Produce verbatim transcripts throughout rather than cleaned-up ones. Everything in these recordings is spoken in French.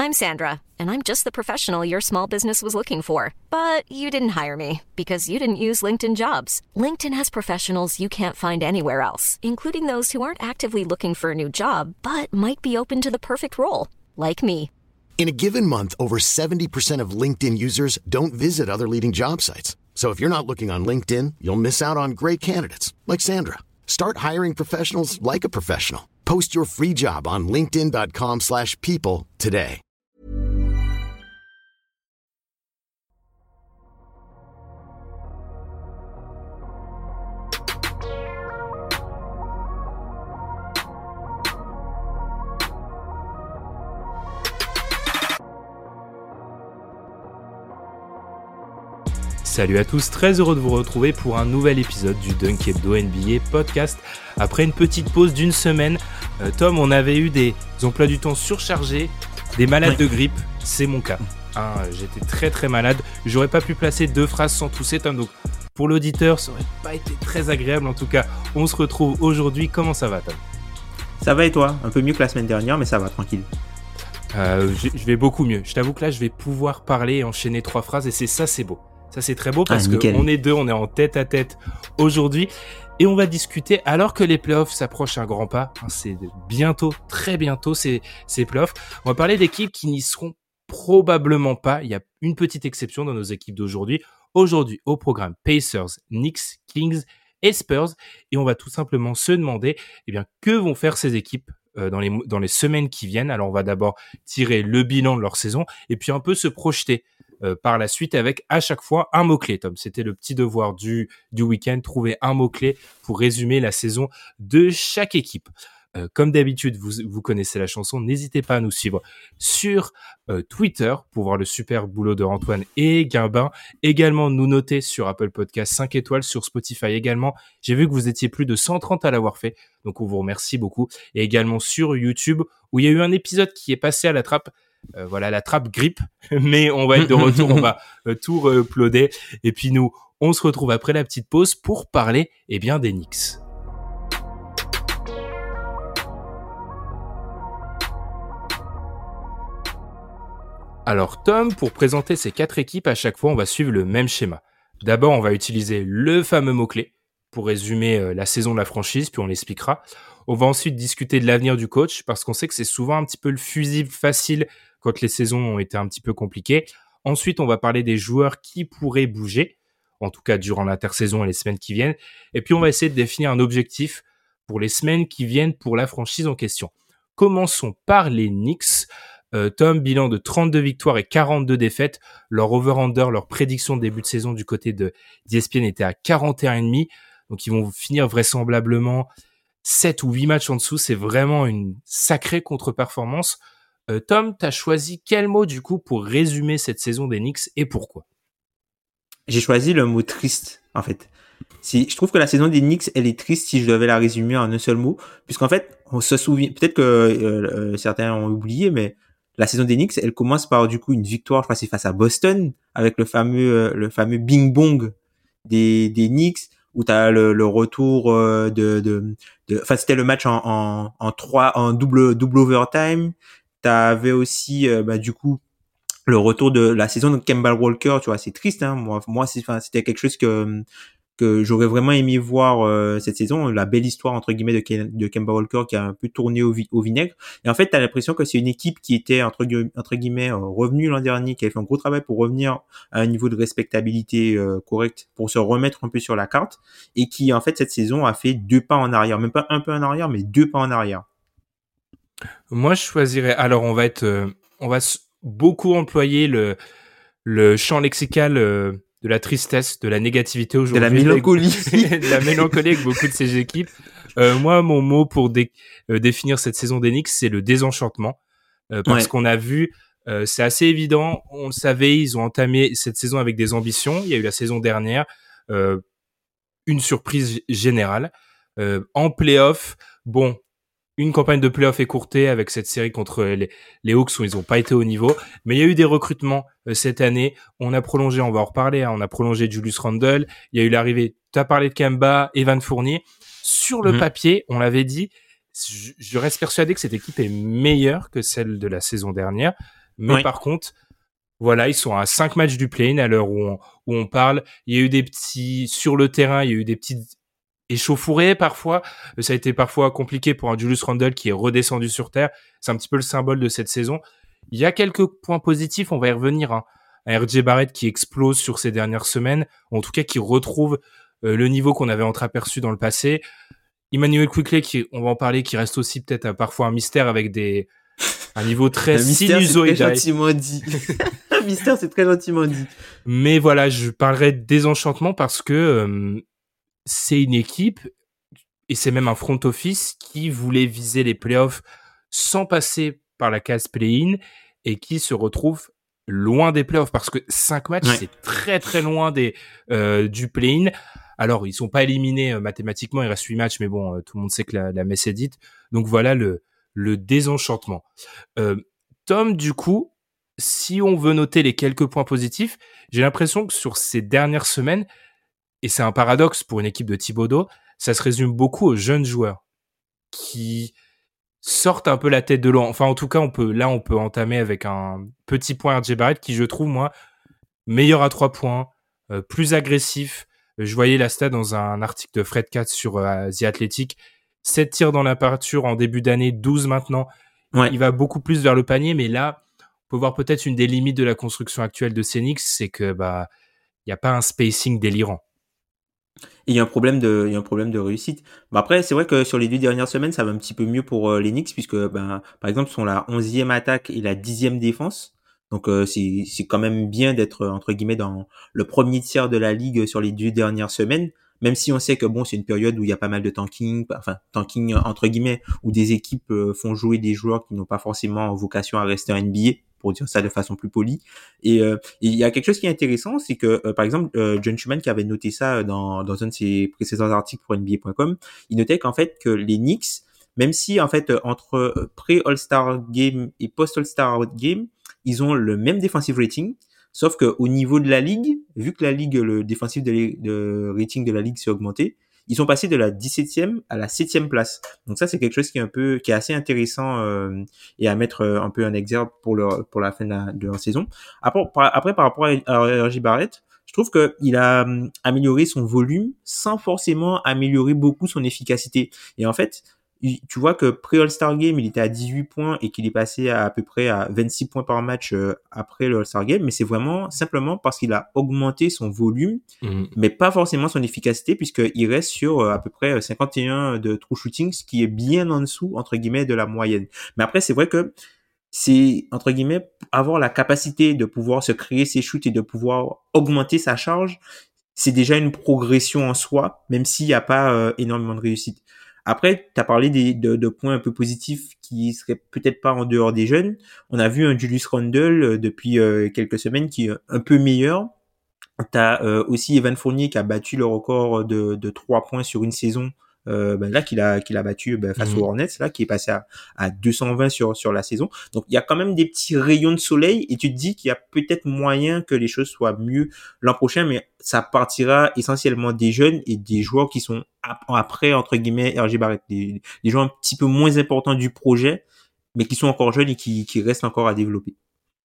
I'm Sandra, and I'm just the professional your small business was looking for. But you didn't hire me because you didn't use LinkedIn Jobs. LinkedIn has professionals you can't find anywhere else, including those who aren't actively looking for a new job, but might be open to the perfect role, like me. In a given month, over seventy percent of LinkedIn users don't visit other leading job sites. So if you're not looking on LinkedIn, you'll miss out on great candidates like Sandra. Start hiring professionals like a professional. Post your free job on linkedin.com slash people today. Salut à tous, très heureux de vous retrouver pour un nouvel épisode du Dunk Hebdo N B A podcast. Après une petite pause d'une semaine, euh, Tom, on avait eu des emplois du temps surchargés, des malades ouais. de grippe, c'est mon cas. Hein, j'étais très très malade, j'aurais pas pu placer deux phrases sans tousser, Tom, donc pour l'auditeur, ça aurait pas été très agréable. En tout cas, on se retrouve aujourd'hui. Comment ça va, Tom ? Ça va et toi ? Un peu mieux que la semaine dernière, mais ça va, tranquille. Euh, je, je vais beaucoup mieux. Je t'avoue que là, je vais pouvoir parler et enchaîner trois phrases, et c'est ça, c'est beau. Ça, c'est très beau parce ah, qu'on est deux, on est en tête à tête aujourd'hui et on va discuter alors que les playoffs s'approchent un grand pas. Hein, c'est bientôt, très bientôt ces, ces playoffs. On va parler d'équipes qui n'y seront probablement pas. Il y a une petite exception dans nos équipes d'aujourd'hui. Aujourd'hui, au programme Pacers, Knicks, Kings et Spurs. Et on va tout simplement se demander eh bien, que vont faire ces équipes euh, dans les, dans les semaines qui viennent. Alors, on va d'abord tirer le bilan de leur saison et puis un peu se projeter Euh, par la suite avec à chaque fois un mot-clé, Tom. C'était le petit devoir du, du week-end, trouver un mot-clé pour résumer la saison de chaque équipe. Euh, comme d'habitude, vous, vous connaissez la chanson, n'hésitez pas à nous suivre sur euh, Twitter pour voir le super boulot de Antoine et Guimbin. Également, nous noter sur Apple Podcast cinq étoiles, sur Spotify également. J'ai vu que vous étiez plus de cent trente à l'avoir fait, donc on vous remercie beaucoup. Et également sur YouTube, où il y a eu un épisode qui est passé à la trappe Euh, voilà la trappe grippe, mais on va être de retour, on va euh, tout re-uploader et puis nous on se retrouve après la petite pause pour parler eh bien des Knicks. Alors Tom, pour présenter ces quatre équipes, à chaque fois on va suivre le même schéma. D'abord on va utiliser le fameux mot-clé pour résumer euh, la saison de la franchise, puis on l'expliquera. On va ensuite discuter de l'avenir du coach parce qu'on sait que c'est souvent un petit peu le fusible facile quand les saisons ont été un petit peu compliquées. Ensuite, on va parler des joueurs qui pourraient bouger, en tout cas durant l'intersaison et les semaines qui viennent. Et puis, on va essayer de définir un objectif pour les semaines qui viennent pour la franchise en question. Commençons par les Knicks. Euh, Tom, bilan de trente-deux victoires et quarante-deux défaites. Leur over-under, leur prédiction de début de saison du côté de d'E S P N était à quarante et un virgule cinq. Donc, ils vont finir vraisemblablement sept ou huit matchs en dessous. C'est vraiment une sacrée contre-performance. Euh, Tom, t'as choisi quel mot du coup pour résumer cette saison des Knicks et pourquoi ? J'ai choisi le mot triste, en fait. Si, je trouve que la saison des Knicks, elle est triste si je devais la résumer en un seul mot, puisqu'en fait, on se souvient, peut-être que euh, certains ont oublié, mais la saison des Knicks, elle commence par du coup une victoire, je crois que c'est face à Boston, avec le fameux euh, le fameux Bing Bong des des Knicks, où t'as le, le retour euh, de de de, enfin c'était le match en en en trois en double double overtime. T'avais aussi euh, bah du coup le retour de la saison de Kemba Walker, tu vois, c'est triste hein. Moi moi c'est enfin c'était quelque chose que que j'aurais vraiment aimé voir euh, cette saison, la belle histoire entre guillemets de Ken, de Kemba Walker qui a un peu tourné au, vi, au vinaigre. Et en fait, t'as l'impression que c'est une équipe qui était entre, entre guillemets euh, revenue l'an dernier, qui avait fait un gros travail pour revenir à un niveau de respectabilité euh, correct, pour se remettre un peu sur la carte, et qui en fait cette saison a fait deux pas en arrière, même pas un peu en arrière, mais deux pas en arrière. Moi, je choisirais. Alors, on va être, euh, on va beaucoup employer le le champ lexical euh, de la tristesse, de la négativité aujourd'hui, de la mélancolie, de la mélancolie avec beaucoup de ces équipes. Euh, moi, mon mot pour dé- euh, définir cette saison des Knicks, c'est le désenchantement, euh, parce ouais. qu'on a vu, euh, c'est assez évident, on le savait, ils ont entamé cette saison avec des ambitions. Il y a eu la saison dernière, euh, une surprise générale euh, en play-off. Bon. Une campagne de play-off écourtée avec cette série contre les, les Hawks où ils n'ont pas été au niveau. Mais il y a eu des recrutements euh, cette année. On a prolongé, on va en reparler, hein, on a prolongé Julius Randle. Il y a eu l'arrivée, tu as parlé de Kemba, Evan Fournier. Sur le mmh. papier, on l'avait dit, je, je reste persuadé que cette équipe est meilleure que celle de la saison dernière. Mais oui. par contre, voilà, ils sont à cinq matchs du play-in à l'heure où on, où on parle. Il y a eu des petits, sur le terrain, il y a eu des petites échauffourées parfois. Ça a été parfois compliqué pour un Julius Randle qui est redescendu sur terre. C'est un petit peu le symbole de cette saison. Il y a quelques points positifs, on va y revenir, hein. Un R J Barrett qui explose sur ces dernières semaines, en tout cas qui retrouve euh, le niveau qu'on avait entreaperçu dans le passé. Immanuel Quickley, qui, on va en parler, qui reste aussi peut-être euh, parfois un mystère avec des un niveau très sinusoïdal. C'est très gentiment dit. Un mystère, c'est très gentiment dit. Mais voilà, je parlerai de désenchantement parce que euh, c'est une équipe, et c'est même un front office qui voulait viser les playoffs sans passer par la case play-in et qui se retrouve loin des playoffs parce que cinq matchs, ouais. c'est très très loin des euh, du play-in. Alors, ils sont pas éliminés euh, mathématiquement, il reste huit matchs, mais bon, euh, tout le monde sait que la, la messe est dite. Donc voilà le le désenchantement. Euh, Tom, du coup, si on veut noter les quelques points positifs, j'ai l'impression que sur ces dernières semaines, et c'est un paradoxe pour une équipe de Thibodeau, ça se résume beaucoup aux jeunes joueurs qui sortent un peu la tête de l'eau. Enfin, en tout cas, on peut, là, on peut entamer avec un petit point R J Barrett qui, je trouve, moi, meilleur à trois points, euh, plus agressif. Je voyais la stat dans un article de Fred Katz sur euh, The Athletic. sept tirs dans la peinture en début d'année, douze maintenant. Ouais. Il va beaucoup plus vers le panier, mais là, on peut voir peut-être une des limites de la construction actuelle de ces Knicks, c'est que, bah, il n'y a pas un spacing délirant. Et il y a un problème de, il y a un problème de réussite. Bah après, c'est vrai que sur les deux dernières semaines, ça va un petit peu mieux pour euh, les Knicks puisque, ben, par exemple, ils sont la onzième attaque et la dixième défense. Donc, euh, c'est, c'est quand même bien d'être, entre guillemets, dans le premier tiers de la ligue sur les deux dernières semaines. Même si on sait que bon, c'est une période où il y a pas mal de tanking, enfin, tanking, entre guillemets, où des équipes euh, font jouer des joueurs qui n'ont pas forcément vocation à rester en N B A. Pour dire ça de façon plus polie. Et euh, il y a quelque chose qui est intéressant, c'est que euh, par exemple euh, John Schumann qui avait noté ça dans dans un de ses précédents articles pour N B A point com, il notait qu'en fait que les Knicks, même si en fait entre pré-All-Star Game et post-All-Star Game, ils ont le même defensive rating, sauf que au niveau de la ligue, vu que la ligue le defensive de, de rating de la ligue s'est augmenté, ils sont passés de la dix-septième à la septième place. Donc ça, c'est quelque chose qui est un peu, qui est assez intéressant euh, et à mettre euh, un peu en exergue pour leur, pour la fin de, la, de leur saison. Après, par, après, par rapport à, à R J Barrett, je trouve que il a um, amélioré son volume sans forcément améliorer beaucoup son efficacité. Et en fait, tu vois que pré-All-Star Game, il était à dix-huit points et qu'il est passé à, à peu près à vingt-six points par match euh, après le All-Star Game, mais c'est vraiment simplement parce qu'il a augmenté son volume, mmh. mais pas forcément son efficacité, puisqu'il reste sur euh, à peu près cinquante et un de true shooting, ce qui est bien en dessous, entre guillemets, de la moyenne. Mais après, c'est vrai que c'est, entre guillemets, avoir la capacité de pouvoir se créer ses shoots et de pouvoir augmenter sa charge, c'est déjà une progression en soi, même s'il n'y a pas euh, énormément de réussite. Après, tu as parlé des, de, de points un peu positifs qui seraient peut-être pas en dehors des jeunes. On a vu un Julius Randle euh, depuis euh, quelques semaines qui est un peu meilleur. Tu as euh, aussi Evan Fournier qui a battu le record de, de trois points sur une saison. Euh, ben là qu'il a qu'il a battu ben, face mmh. aux Hornets, là qui est passé à, à deux cent vingt sur sur la saison. Donc il y a quand même des petits rayons de soleil et tu te dis qu'il y a peut-être moyen que les choses soient mieux l'an prochain, mais ça partira essentiellement des jeunes et des joueurs qui sont après entre guillemets R J Barrett, des, des joueurs un petit peu moins importants du projet, mais qui sont encore jeunes et qui qui restent encore à développer.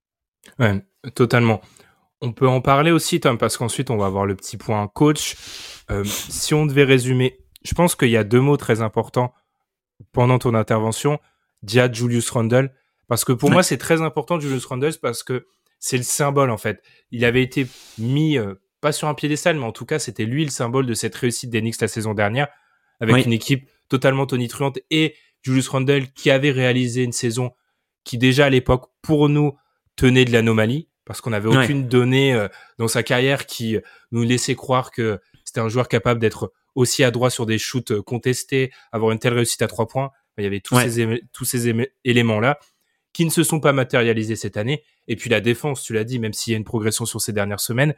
Ouais, totalement. On peut en parler aussi, Tom, parce qu'ensuite on va avoir le petit point coach. Euh, si on devait résumer. Je pense qu'il y a deux mots très importants pendant ton intervention. Dia Julius Randle. Parce que pour ouais. moi, c'est très important, Julius Randle, parce que c'est le symbole, en fait. Il avait été mis, euh, pas sur un piédestal, mais en tout cas, c'était lui le symbole de cette réussite des Knicks la saison dernière, avec oui. une équipe totalement tonitruante et Julius Randle qui avait réalisé une saison qui, déjà à l'époque, pour nous, tenait de l'anomalie, parce qu'on n'avait aucune ouais. donnée euh, dans sa carrière qui euh, nous laissait croire que c'était un joueur capable d'être aussi adroit sur des shoots contestés, avoir une telle réussite à trois points. Il y avait tous ouais. ces, éme- tous ces éme- éléments-là qui ne se sont pas matérialisés cette année. Et puis la défense, tu l'as dit, même s'il y a une progression sur ces dernières semaines,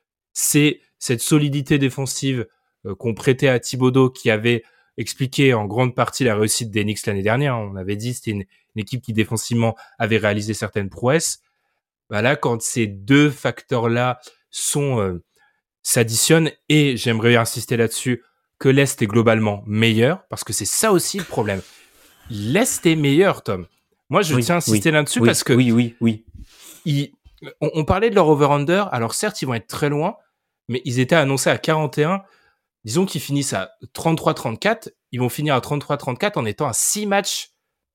c'est cette solidité défensive euh, qu'on prêtait à Thibodeau qui avait expliqué en grande partie la réussite des Knicks l'année dernière. On avait dit c'était une, une équipe qui défensivement avait réalisé certaines prouesses. Bah là, quand ces deux facteurs-là sont... Euh, s'additionnent et j'aimerais insister là-dessus que l'Est est globalement meilleur parce que c'est ça aussi le problème. L'Est est meilleur, Tom. Moi, je oui, tiens à insister oui, là-dessus oui, parce que oui, oui, oui. ils, on, on parlait de leur over-under. Alors certes, ils vont être très loin, mais ils étaient annoncés à quarante et un. Disons qu'ils finissent à trente-trois trente-quatre. Ils vont finir à trente-trois trente-quatre en étant à six matchs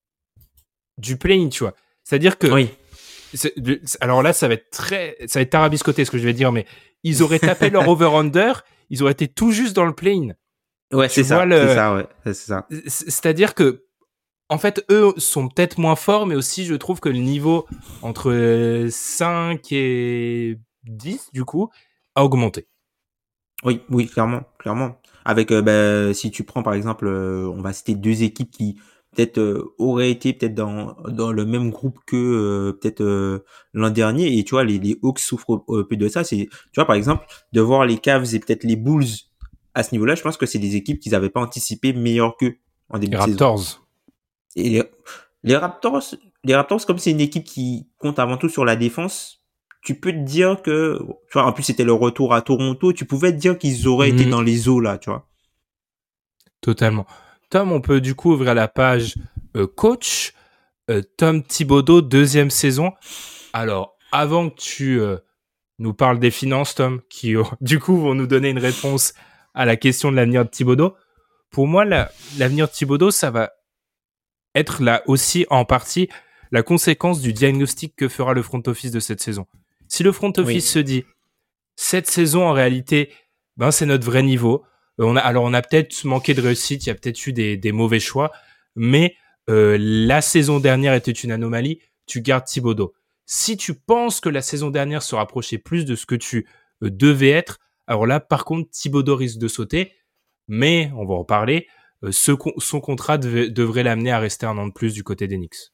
du play-in, tu vois. C'est-à-dire que... Oui. C'est, alors là, ça va être très... Ça va être tarabiscoté, ce que je vais dire, mais ils auraient tapé leur over-under, ils auraient été tout juste dans le play-in. Ouais, c'est ça, le... c'est ça, ouais. C'est ça. C'est-à-dire que, en fait, eux sont peut-être moins forts, mais aussi, je trouve que le niveau entre cinq et dix, du coup, a augmenté. Oui, oui, clairement, clairement. Avec, euh, bah, si tu prends par exemple, euh, on va citer deux équipes qui peut-être euh, auraient été peut-être dans dans le même groupe que euh, peut-être euh, l'an dernier. Et tu vois, les les Hawks souffrent un peu de ça. C'est, tu vois, par exemple, de voir les Cavs et peut-être les Bulls à ce niveau-là, je pense que c'est des équipes qu'ils n'avaient pas anticipé meilleures qu'eux en début les de Raptors. saison. Et les, les Raptors, les Raptors, comme c'est une équipe qui compte avant tout sur la défense. Tu peux te dire que, tu vois, en plus c'était le retour à Toronto, tu pouvais te dire qu'ils auraient mmh. été dans les eaux là, tu vois. Totalement. Tom, on peut du coup ouvrir la page euh, coach. Euh, Tom Thibodeau, deuxième saison. Alors, avant que tu euh, nous parles des finances, Tom, qui euh, du coup vont nous donner une réponse à la question de l'avenir de Thibodeau. Pour moi, la, l'avenir de Thibodeau, ça va être là aussi en partie la conséquence du diagnostic que fera le front office de cette saison. Si le front office oui. se dit, cette saison, en réalité, ben, c'est notre vrai niveau. Euh, on a, alors, on a peut-être manqué de réussite, il y a peut-être eu des, des mauvais choix, mais euh, la saison dernière était une anomalie, tu gardes Thibodeau. Si tu penses que la saison dernière se rapprochait plus de ce que tu euh, devais être, alors là, par contre, Thibodeau risque de sauter, mais, on va en parler, euh, ce, son contrat dev- devrait l'amener à rester un an de plus du côté des Knicks.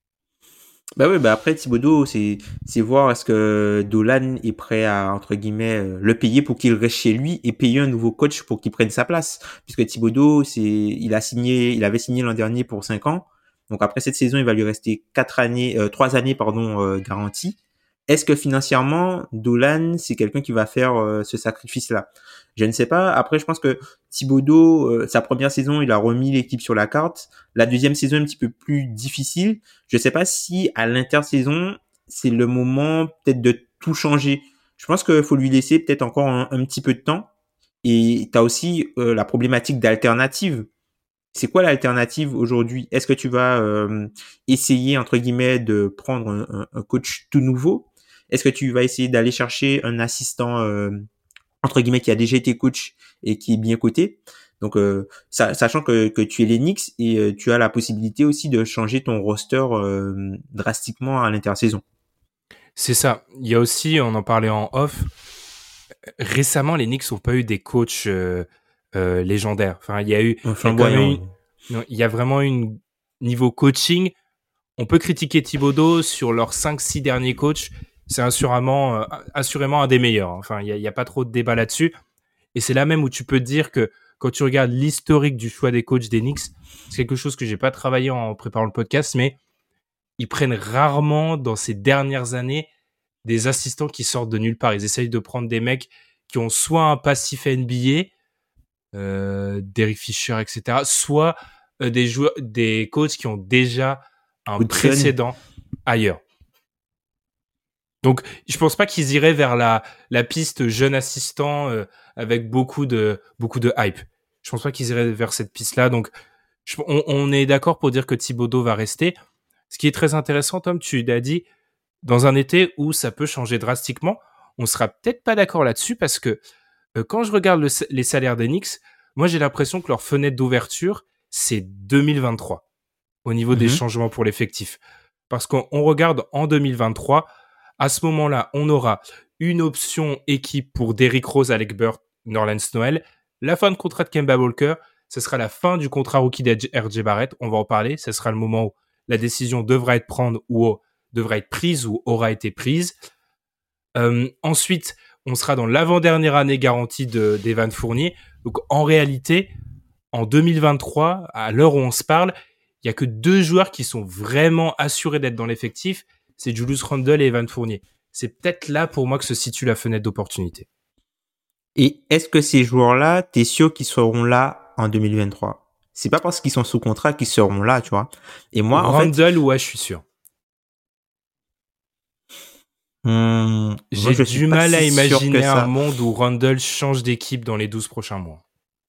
Bah oui, bah après Thibodeau, c'est c'est voir est-ce que Dolan est prêt à entre guillemets euh, le payer pour qu'il reste chez lui et payer un nouveau coach pour qu'il prenne sa place, puisque Thibodeau, c'est il a signé, il avait signé l'an dernier pour cinq ans, donc après cette saison, il va lui rester quatre années, euh, trois années pardon euh, garanties. Est-ce que financièrement, Dolan, c'est quelqu'un qui va faire euh, ce sacrifice-là? Je ne sais pas. Après, je pense que Thibodeau, euh, sa première saison, il a remis l'équipe sur la carte. La deuxième saison, un petit peu plus difficile. Je ne sais pas si à l'intersaison, c'est le moment peut-être de tout changer. Je pense qu'il faut lui laisser peut-être encore un, un petit peu de temps. Et tu as aussi euh, la problématique d'alternative. C'est quoi l'alternative aujourd'hui? Est-ce que tu vas euh, essayer, entre guillemets, de prendre un, un coach tout nouveau? Est-ce que tu vas essayer d'aller chercher un assistant, euh, entre guillemets, qui a déjà été coach et qui est bien coté? Donc, euh, ça, sachant que, que tu es les Knicks et euh, tu as la possibilité aussi de changer ton roster euh, drastiquement à l'intersaison. C'est ça. Il y a aussi, on en parlait en off, récemment, les Knicks n'ont pas eu des coachs euh, euh, légendaires. Enfin, il y a eu, enfin, il y a, eu non, il y a vraiment une niveau coaching. On peut critiquer Thibodeau sur leurs cinq six derniers coachs. C'est assurément, euh, assurément un des meilleurs. Enfin, il n'y a, a pas trop de débat là-dessus. Et c'est là même où tu peux te dire que quand tu regardes l'historique du choix des coachs des Knicks, c'est quelque chose que j'ai pas travaillé en préparant le podcast, mais ils prennent rarement dans ces dernières années des assistants qui sortent de nulle part. Ils essayent de prendre des mecs qui ont soit un passif N B A, euh, Derek Fisher, et cetera, soit euh, des joueurs, des coachs qui ont déjà un Good précédent fun. ailleurs. Donc, je pense pas qu'ils iraient vers la, la piste jeune assistant euh, avec beaucoup de, beaucoup de hype. Je pense pas qu'ils iraient vers cette piste-là. Donc, je, on, on est d'accord pour dire que Thibodeau va rester. Ce qui est très intéressant, Tom, tu l'as dit, dans un été où ça peut changer drastiquement, on sera peut-être pas d'accord là-dessus parce que euh, quand je regarde le, les salaires des Knicks, moi j'ai l'impression que leur fenêtre d'ouverture, c'est deux mille vingt-trois au niveau mm-hmm. des changements pour l'effectif. Parce qu'on on regarde en deux mille vingt-trois, à ce moment-là, on aura une option équipe pour Derrick Rose, Alec Burks, Nerlens Noel, la fin de contrat de Kemba Walker, ce sera la fin du contrat rookie d'R J Barrett, on va en parler, ce sera le moment où la décision devra être prise ou devra être prise ou aura été prise. Euh, ensuite, on sera dans l'avant-dernière année garantie de, d'Evan Fournier. Donc, en réalité, en deux mille vingt-trois, à l'heure où on se parle, il y a que deux joueurs qui sont vraiment assurés d'être dans l'effectif. C'est Julius Randle et Evan Fournier. C'est peut-être là, pour moi, que se situe la fenêtre d'opportunité. Et est-ce que ces joueurs-là, t'es sûr qu'ils seront là en deux mille vingt-trois? C'est pas parce qu'ils sont sous contrat qu'ils seront là, tu vois. Et moi, Randle, en fait, ouais, je suis sûr. Hum, J'ai moi, du mal si à imaginer un ça. monde où Randle change d'équipe dans les douze prochains mois.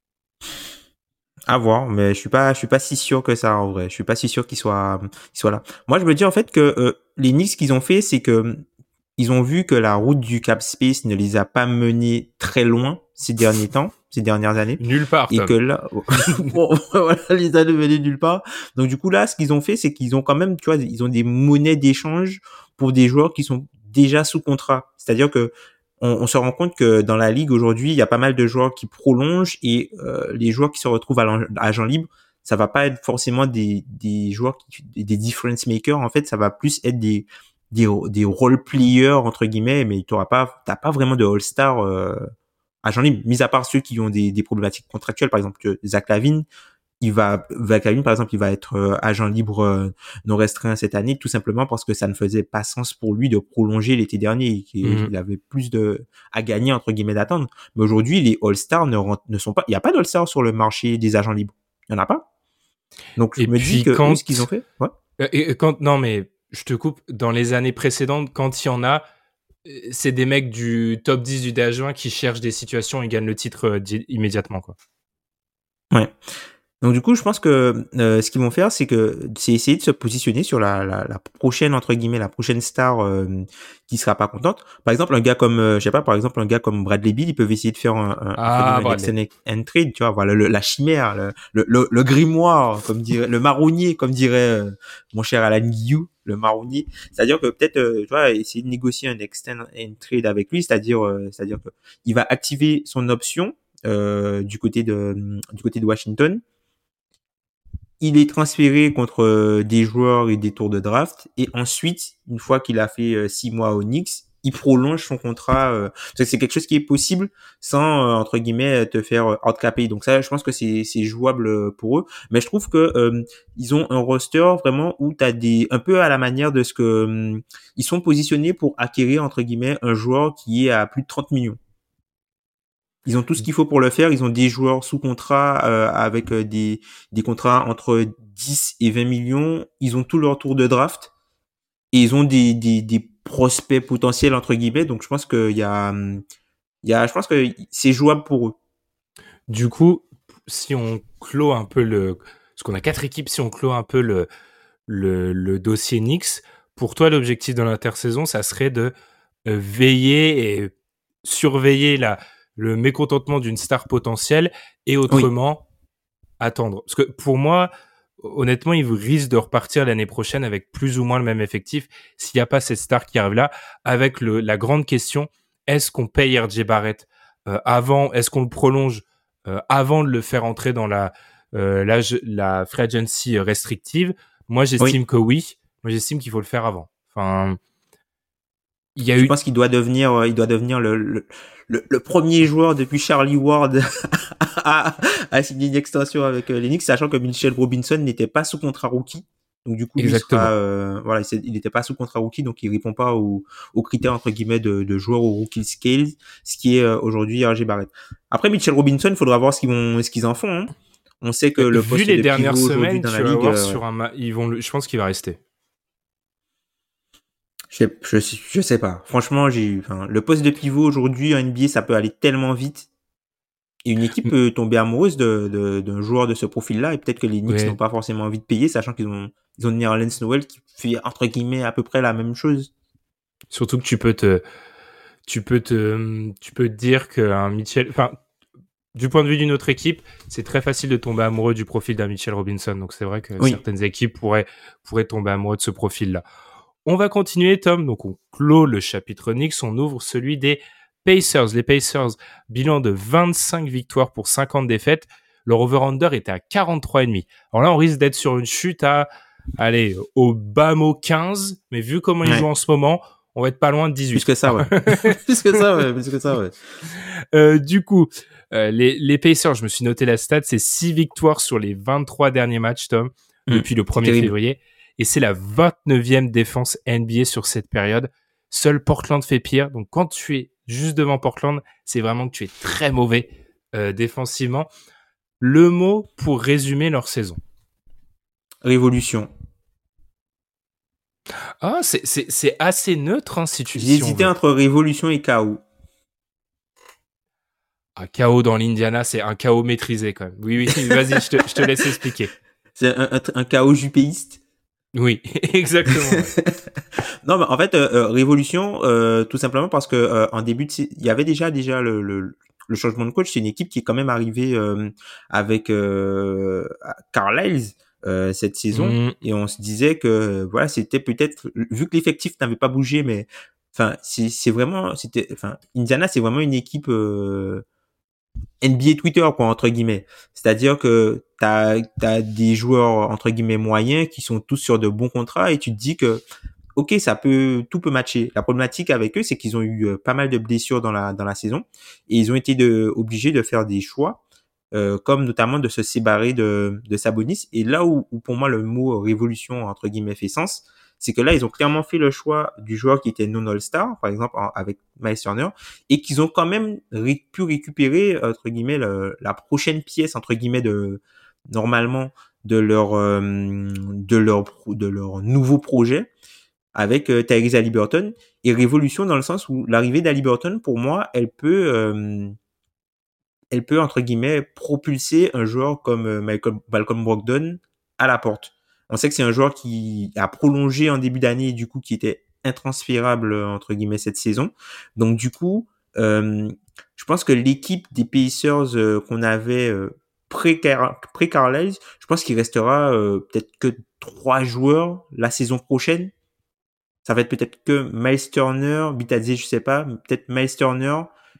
À voir, mais je suis pas, je suis pas si sûr que ça en vrai. Je suis pas si sûr qu'il soit, qu'il soit là. Moi, je me dis en fait que euh, les Knicks, ce qu'ils ont fait, c'est que ils ont vu que la route du cap space ne les a pas menés très loin ces derniers temps, ces dernières années. Nulle part, et Tom. que là, bon, voilà, les a menés nulle part. Donc du coup là, ce qu'ils ont fait, c'est qu'ils ont quand même, tu vois, ils ont des monnaies d'échange pour des joueurs qui sont déjà sous contrat. C'est-à-dire que on, on se rend compte que dans la ligue aujourd'hui, il y a pas mal de joueurs qui prolongent et euh, les joueurs qui se retrouvent à l'agent libre, ça va pas être forcément des des joueurs qui, des difference makers. En fait, ça va plus être des des des role players entre guillemets, mais tu auras pas, t'as pas vraiment de all-star euh, agent libre, mis à part ceux qui ont des des problématiques contractuelles. Par exemple, Zach LaVine, il va, Zach LaVine par exemple, il va être euh, agent libre euh, non restreint cette année, tout simplement parce que ça ne faisait pas sens pour lui de prolonger l'été dernier. Il, mm-hmm. il avait plus de à gagner entre guillemets d'attendre. Mais aujourd'hui, les all-stars ne rentrent, ne sont pas, il y a pas d'all-stars sur le marché des agents libres. Il y en a pas. Donc je et me dis que quand... eux, ce qu'ils ont fait, ouais. Et quand non mais je te coupe, dans les années précédentes, quand il y en a, c'est des mecs du top dix du D H un qui cherchent des situations et gagnent le titre euh, immédiatement, quoi. Ouais. Donc du coup, je pense que euh, ce qu'ils vont faire, c'est que c'est essayer de se positionner sur la, la, la prochaine entre guillemets, la prochaine star euh, qui sera pas contente. Par exemple, un gars comme, euh, je sais pas, par exemple, un gars comme Bradley Beal, ils peuvent essayer de faire un, un, ah, un extended and trade, tu vois, voilà, le, la chimère, le, le, le, le grimoire, comme dirait, le marronnier, comme dirait euh, mon cher Alan Guillou, le marronnier. C'est-à-dire que peut-être, euh, tu vois, essayer de négocier un extend and trade avec lui, c'est-à-dire, euh, c'est-à-dire que il va activer son option euh, du côté de, du côté de Washington. Il est transféré contre euh, des joueurs et des tours de draft. Et ensuite, une fois qu'il a fait euh, six mois au Knicks, il prolonge son contrat. Euh, c'est quelque chose qui est possible sans, euh, entre guillemets, te faire outcaper. Donc ça, je pense que c'est, c'est jouable pour eux. Mais je trouve que euh, ils ont un roster vraiment où t'as des, un peu à la manière de ce que euh, ils sont positionnés pour acquérir, entre guillemets, un joueur qui est à plus de trente millions. Ils ont tout ce qu'il faut pour le faire. Ils ont des joueurs sous contrat euh, avec euh, des des contrats entre dix et vingt millions. Ils ont tout leur tour de draft et ils ont des des des prospects potentiels entre guillemets. Donc je pense que il y a il y a je pense que c'est jouable pour eux. Du coup, si on clôt un peu le parce qu'on a quatre équipes, si on clôt un peu le le le dossier Knicks, pour toi l'objectif de l'intersaison, ça serait de euh, veiller et surveiller la le mécontentement d'une star potentielle et autrement oui. attendre. Parce que pour moi, honnêtement, ils risquent de repartir l'année prochaine avec plus ou moins le même effectif s'il n'y a pas cette star qui arrive là, avec le, la grande question, est-ce qu'on paye R J Barrett euh, avant, est-ce qu'on le prolonge euh, avant de le faire entrer dans la, euh, la, la free agency restrictive? Moi, j'estime oui. que oui. Moi, j'estime qu'il faut le faire avant. Enfin... Il y a je eu... pense qu'il doit devenir, il doit devenir le, le, le, le premier joueur depuis Charlie Ward à, à signer une extension avec les Knicks, sachant que Mitchell Robinson n'était pas sous contrat rookie. Donc du coup, lui sera, euh, voilà, il n'était pas sous contrat rookie, donc il répond pas aux, aux critères entre guillemets de, de joueur au rookie scale, ce qui est euh, aujourd'hui R J Barrett. Après Mitchell Robinson, il faudra voir ce qu'ils vont, ce qu'ils en font. Hein. On sait que euh, le vu poste les de dernières pivot semaines, dans tu la vas ligue, voir euh, sur un, ma- ils vont, le... je pense qu'il va rester. Je, je, je sais pas. Franchement, j'ai, enfin, le poste de pivot aujourd'hui en N B A, ça peut aller tellement vite. Et une équipe peut tomber amoureuse de, de, d'un joueur de ce profil-là. Et peut-être que les Knicks ouais. n'ont pas forcément envie de payer, sachant qu'ils ont, ils ont Nerlens Noel qui fait, entre guillemets, à peu près la même chose. Surtout que tu peux te, tu peux te, tu peux te dire qu'un Mitchell, enfin, du point de vue d'une autre équipe, c'est très facile de tomber amoureux du profil d'un Mitchell Robinson. Donc c'est vrai que oui. certaines équipes pourraient, pourraient tomber amoureux de ce profil-là. On va continuer, Tom. Donc, on clôt le chapitre Knicks. On ouvre celui des Pacers. Les Pacers, bilan de vingt-cinq victoires pour cinquante défaites. Leur over-under était à quarante-trois virgule cinq. Alors là, on risque d'être sur une chute à, allez, au bas mot quinze. Mais vu comment ils ouais. jouent en ce moment, on va être pas loin de dix-huit. Plus que ça, ouais. plus que ça, ouais. Plus que ça, ouais. Euh, du coup, euh, les, les Pacers, je me suis noté la stat, c'est six victoires sur les vingt-trois derniers matchs, Tom, mmh, depuis le premier février. Et c'est la vingt-neuvième défense N B A sur cette période. Seul Portland fait pire. Donc, quand tu es juste devant Portland, c'est vraiment que tu es très mauvais euh, défensivement. Le mot pour résumer leur saison. Révolution. Ah, c'est, c'est, c'est assez neutre, hein, si tu J'ai si hésité entre Révolution et K O. Un chaos dans l'Indiana, c'est un chaos maîtrisé quand même. Oui, oui, vas-y, je te, je te laisse expliquer. C'est un, un, un chaos jupéiste. Oui, exactement. Ouais. Non, mais en fait, euh, euh, Révolution, euh, tout simplement parce que euh, en début, de, il y avait déjà déjà le, le, le changement de coach. C'est une équipe qui est quand même arrivée euh, avec euh, Carlisle euh, cette saison, mmh. et on se disait que voilà, c'était peut-être vu que l'effectif n'avait pas bougé, mais enfin, c'est, c'est vraiment, c'était, enfin, Indiana, c'est vraiment une équipe. Euh, N B A Twitter, quoi, entre guillemets. C'est-à-dire que t'as, t'as des joueurs, entre guillemets, moyens qui sont tous sur de bons contrats et tu te dis que, ok, ça peut, tout peut matcher. La problématique avec eux, c'est qu'ils ont eu pas mal de blessures dans la, dans la saison et ils ont été de, obligés de faire des choix, euh, comme notamment de se séparer de, de Sabonis. Et là où, où, pour moi, le mot révolution, entre guillemets, fait sens, c'est que là, ils ont clairement fait le choix du joueur qui était non All-Star, par exemple, en, avec Miles Turner, et qu'ils ont quand même ré- pu récupérer, entre guillemets, le, la prochaine pièce, entre guillemets, de, normalement, de leur, euh, de leur, de leur nouveau projet, avec euh, Tyrese Haliburton, et révolution dans le sens où l'arrivée d'Haliburton, pour moi, elle peut, euh, elle peut, entre guillemets, propulser un joueur comme euh, Michael, Malcolm Brogdon à la porte. On sait que c'est un joueur qui a prolongé en début d'année et du coup qui était intransférable entre guillemets cette saison. Donc du coup, euh, je pense que l'équipe des Pacers euh, qu'on avait euh, pré-Carlisle, je pense qu'il restera euh, peut-être que trois joueurs la saison prochaine. Ça va être peut-être que Miles Turner, Bitadze, je sais pas, peut-être Miles Turner,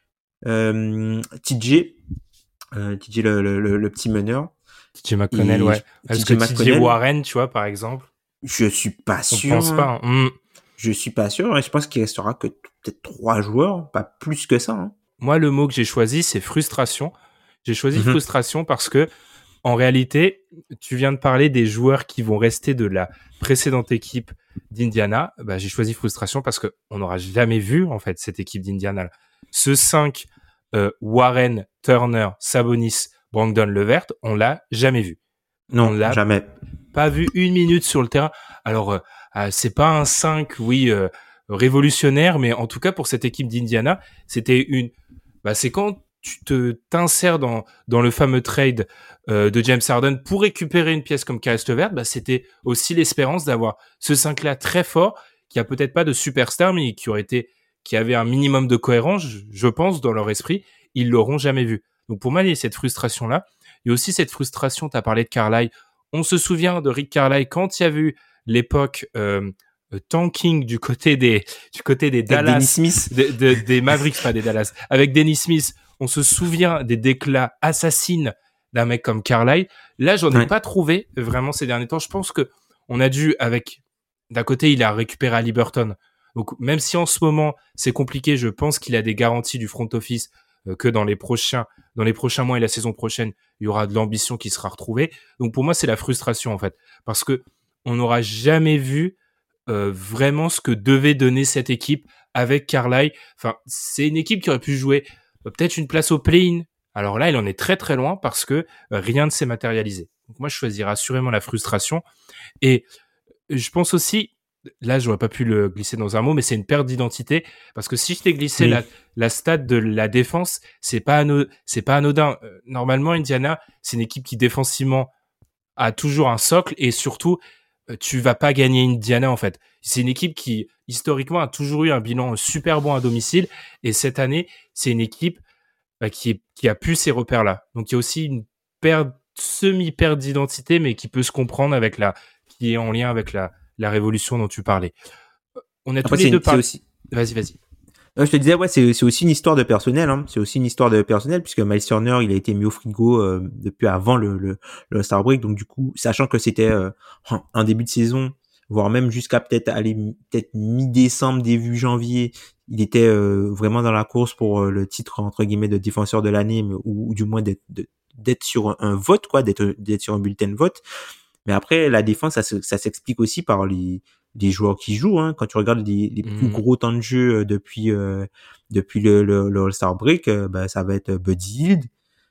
euh, T J, euh, T J le, le, le, le petit meneur. T J McConnell, ouais. Parce que T J Warren, tu vois, par exemple. Je suis pas sûr. On pense pas. Hein. Mm. Je suis pas sûr. Je pense qu'il restera que peut-être trois joueurs, pas plus que ça. Hein. Moi, le mot que j'ai choisi, c'est frustration. J'ai choisi mm-hmm. frustration parce que, en réalité, tu viens de parler des joueurs qui vont rester de la précédente équipe d'Indiana. Bah, j'ai choisi frustration parce que on n'aura jamais vu, en fait, cette équipe d'Indiana. Ce cinq, euh, Warren, Turner, Sabonis, Brogdon, Levert, on l'a jamais vu. Non, on l'a jamais. Pas vu une minute sur le terrain. Alors, euh, c'est pas un cinq, oui, euh, révolutionnaire, mais en tout cas, pour cette équipe d'Indiana, c'était une... Bah, c'est quand tu te t'insères dans, dans le fameux trade euh, de James Harden pour récupérer une pièce comme Caris Levert, bah, c'était aussi l'espérance d'avoir ce cinq-là très fort, qui a peut-être pas de superstar, mais qui aurait été, qui avait un minimum de cohérence, je, je pense, dans leur esprit. Ils l'auront jamais vu. Donc, pour moi, il y a cette frustration-là. Il y a aussi cette frustration, tu as parlé de Carlisle. On se souvient de Rick Carlisle quand il y a eu l'époque euh, tanking du côté des du côté des Dallas, Dennis Smith, de, de, des Mavericks, pas des Dallas, avec Dennis Smith. On se souvient des déclats assassines d'un mec comme Carlisle. Là, j'en ai ouais. pas trouvé vraiment ces derniers temps. Je pense que on a dû, avec d'un côté, il a récupéré Haliburton. Donc même si en ce moment c'est compliqué, je pense qu'il a des garanties du front office euh, que dans les prochains dans les prochains mois et la saison prochaine, il y aura de l'ambition qui sera retrouvée. Donc pour moi, c'est la frustration en fait, parce que on n'aura jamais vu euh, vraiment ce que devait donner cette équipe avec Carlisle. Enfin, c'est une équipe qui aurait pu jouer euh, peut-être une place au play-in. Alors là, il en est très très loin parce que euh, rien ne s'est matérialisé. Donc moi, je choisirais assurément la frustration. Et je pense aussi, là, j'aurais pas pu le glisser dans un mot, mais c'est une perte d'identité, parce que si je t'ai glissé oui. la, la stat de la défense, c'est pas anodin, c'est pas anodin. Euh, normalement, Indiana, c'est une équipe qui défensivement a toujours un socle, et surtout, euh, tu vas pas gagner Indiana, en fait. C'est une équipe qui, historiquement, a toujours eu un bilan super bon à domicile, et cette année, c'est une équipe bah, qui, est, qui a plus ces repères-là. Donc, il y a aussi une perte, semi-perte d'identité, mais qui peut se comprendre avec la, qui est en lien avec la, la révolution dont tu parlais. On a Après, tous les deux parlé. Aussi... Vas-y, vas-y. Euh, je te disais, ouais, c'est, c'est aussi une histoire de personnel. Hein. C'est aussi une histoire de personnel puisque Miles Turner, il a été mis au frigo euh, depuis avant le, le, le Star Break. Donc du coup, sachant que c'était euh, un début de saison, voire même jusqu'à peut-être aller peut-être mi-décembre, début janvier, il était euh, vraiment dans la course pour euh, le titre entre guillemets de défenseur de l'année, mais, ou, ou du moins d'être, de, d'être sur un, un vote, quoi, d'être, d'être sur un bulletin de vote. Mais après, la défense, ça, ça s'explique aussi par les, les joueurs qui jouent. Hein. Quand tu regardes les, les plus mmh. gros temps de jeu depuis euh, depuis le, le, le All-Star Break, euh, bah, ça va être Buddy Hield,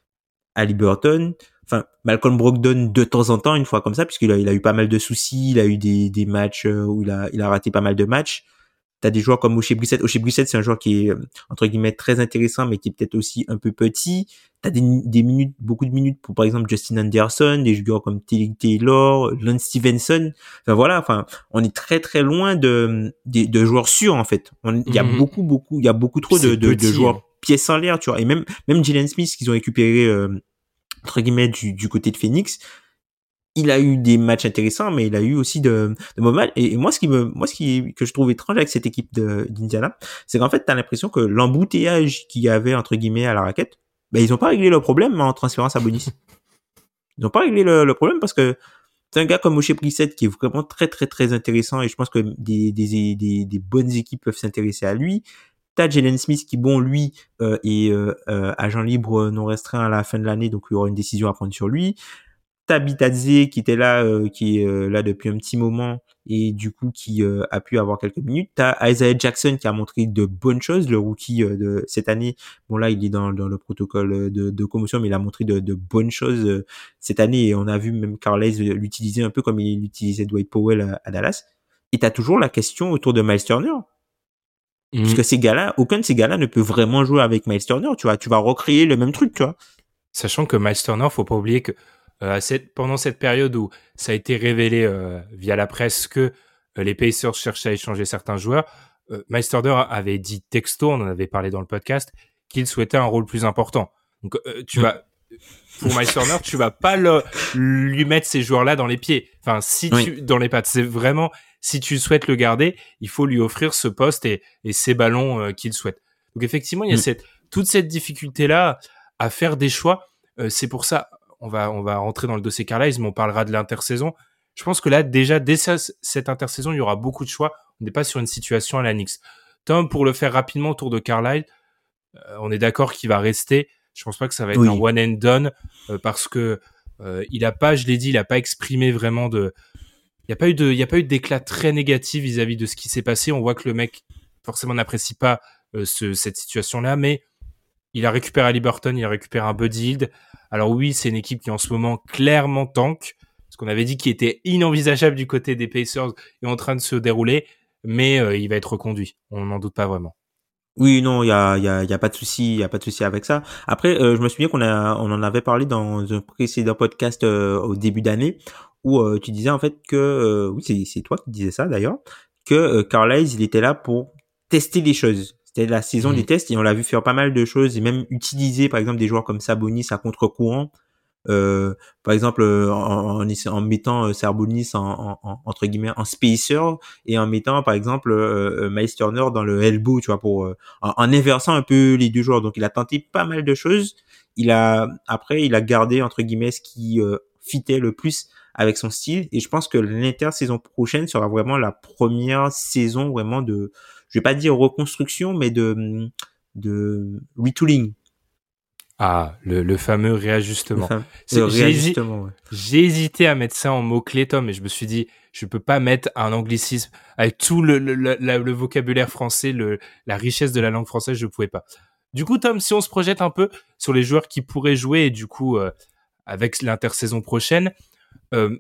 Haliburton, enfin Malcolm Brogdon de temps en temps, une fois comme ça, puisqu'il a, il a eu pas mal de soucis, il a eu des, des matchs où il a, il a raté pas mal de matchs. T'as des joueurs comme Oshae Brissett. Oshae Brissett, c'est un joueur qui est, entre guillemets, très intéressant, mais qui est peut-être aussi un peu petit. T'as des, des minutes, beaucoup de minutes pour, par exemple, Justin Anderson, des joueurs comme Tilly Taylor, Lance Stevenson. Enfin, voilà, enfin, on est très, très loin de, de, de joueurs sûrs, en fait. Il y a mmh. beaucoup, beaucoup, il y a beaucoup trop de, de, de joueurs hein. pièces en l'air, tu vois. Et même, même Jalen Smith, qu'ils ont récupéré, euh, entre guillemets, du, du côté de Phoenix, il a eu des matchs intéressants, mais il a eu aussi de, de mauvais matchs. Et, et moi, ce qui me, moi, ce qui, que je trouve étrange avec cette équipe de, d'Indiana, c'est qu'en fait, t'as l'impression que l'embouteillage qu'il y avait, entre guillemets, à la raquette, ben, ils ont pas réglé le problème en transférant Sabonis. Ils ont pas réglé le, le problème parce que c'est un gars comme Oshae Brissett qui est vraiment très, très, très intéressant et je pense que des, des, des, des bonnes équipes peuvent s'intéresser à lui. T'as Jalen Smith qui, bon, lui, euh, est, euh, euh, agent libre non restreint à la fin de l'année, donc il y aura une décision à prendre sur lui. T'as Bitadze qui était là, euh, qui est euh, là depuis un petit moment et du coup qui euh, a pu avoir quelques minutes. T'as Isaiah Jackson qui a montré de bonnes choses, le rookie euh, de cette année. Bon là, il est dans, dans le protocole de, de commotion, mais il a montré de, de bonnes choses euh, cette année et on a vu même Carlisle l'utiliser un peu comme il utilisait Dwight Powell à, à Dallas. Et t'as toujours la question autour de Miles Turner. Mmh. Parce que ces gars-là, aucun de ces gars-là ne peut vraiment jouer avec Miles Turner. Tu vois, tu vas recréer le même truc, tu vois. Sachant que Miles Turner, faut pas oublier que Euh, cette, pendant cette période où ça a été révélé euh, via la presse que euh, les Pacers cherchaient à échanger certains joueurs, euh, Miles Turner avait dit texto, on en avait parlé dans le podcast, qu'il souhaitait un rôle plus important. Donc euh, tu mmh. vas pour Miles Turner, tu vas pas le, lui mettre ces joueurs-là dans les pieds. Enfin, si oui. tu dans les pattes, c'est vraiment si tu souhaites le garder, il faut lui offrir ce poste et, et ces ballons euh, qu'il souhaite. Donc effectivement, il y a mmh. cette toute cette difficulté-là à faire des choix. Euh, c'est pour ça. On va, on va rentrer dans le dossier Carlisle, mais on parlera de l'intersaison. Je pense que là, déjà, dès ça, cette intersaison, il y aura beaucoup de choix. On n'est pas sur une situation à la Knicks. Tom, pour le faire rapidement autour de Carlisle, euh, on est d'accord qu'il va rester. Je pense pas que ça va être oui. un one and done euh, parce que euh, il a pas, je l'ai dit, il a pas exprimé vraiment de, il y a pas eu de, il y a pas eu d'éclat très négatif vis-à-vis de ce qui s'est passé. On voit que le mec forcément n'apprécie pas euh, ce, cette situation-là, mais il a récupéré Haliburton, il a récupéré un Buddy Hield. Alors oui, c'est une équipe qui en ce moment clairement tank, ce qu'on avait dit qui était inenvisageable du côté des Pacers est en train de se dérouler, mais euh, il va être reconduit. On n'en doute pas vraiment. Oui, non, il y a, il y a, il y a pas de souci, il y a pas de souci avec ça. Après, euh, je me souviens qu'on a, on en avait parlé dans un précédent podcast euh, au début d'année où euh, tu disais en fait que, euh, oui, c'est, c'est toi qui disais ça d'ailleurs, que euh, Carlisle il était là pour tester les choses. C'était la saison mmh. des tests et on l'a vu faire pas mal de choses et même utiliser par exemple des joueurs comme Sabonis à contre-courant. Euh, par exemple en, en, en mettant Sabonis en, en, en entre guillemets en spacer et en mettant par exemple euh, Miles Turner dans le elbow, tu vois, pour euh, en, en inversant un peu les deux joueurs. Donc il a tenté pas mal de choses. Il a après il a gardé entre guillemets ce qui euh, fitait le plus avec son style et je pense que l'intersaison prochaine sera vraiment la première saison vraiment de, je vais pas dire reconstruction, mais de de retooling. Ah, le, le fameux réajustement. Le, fam- le j'ai, réajustement hési- ouais. j'ai hésité à mettre ça en mot-clé, Tom, et je me suis dit, je peux pas mettre un anglicisme avec tout le, le, le, le vocabulaire français, le, la richesse de la langue française, je pouvais pas. Du coup, Tom, si on se projette un peu sur les joueurs qui pourraient jouer, et du coup, euh, avec l'intersaison prochaine, euh,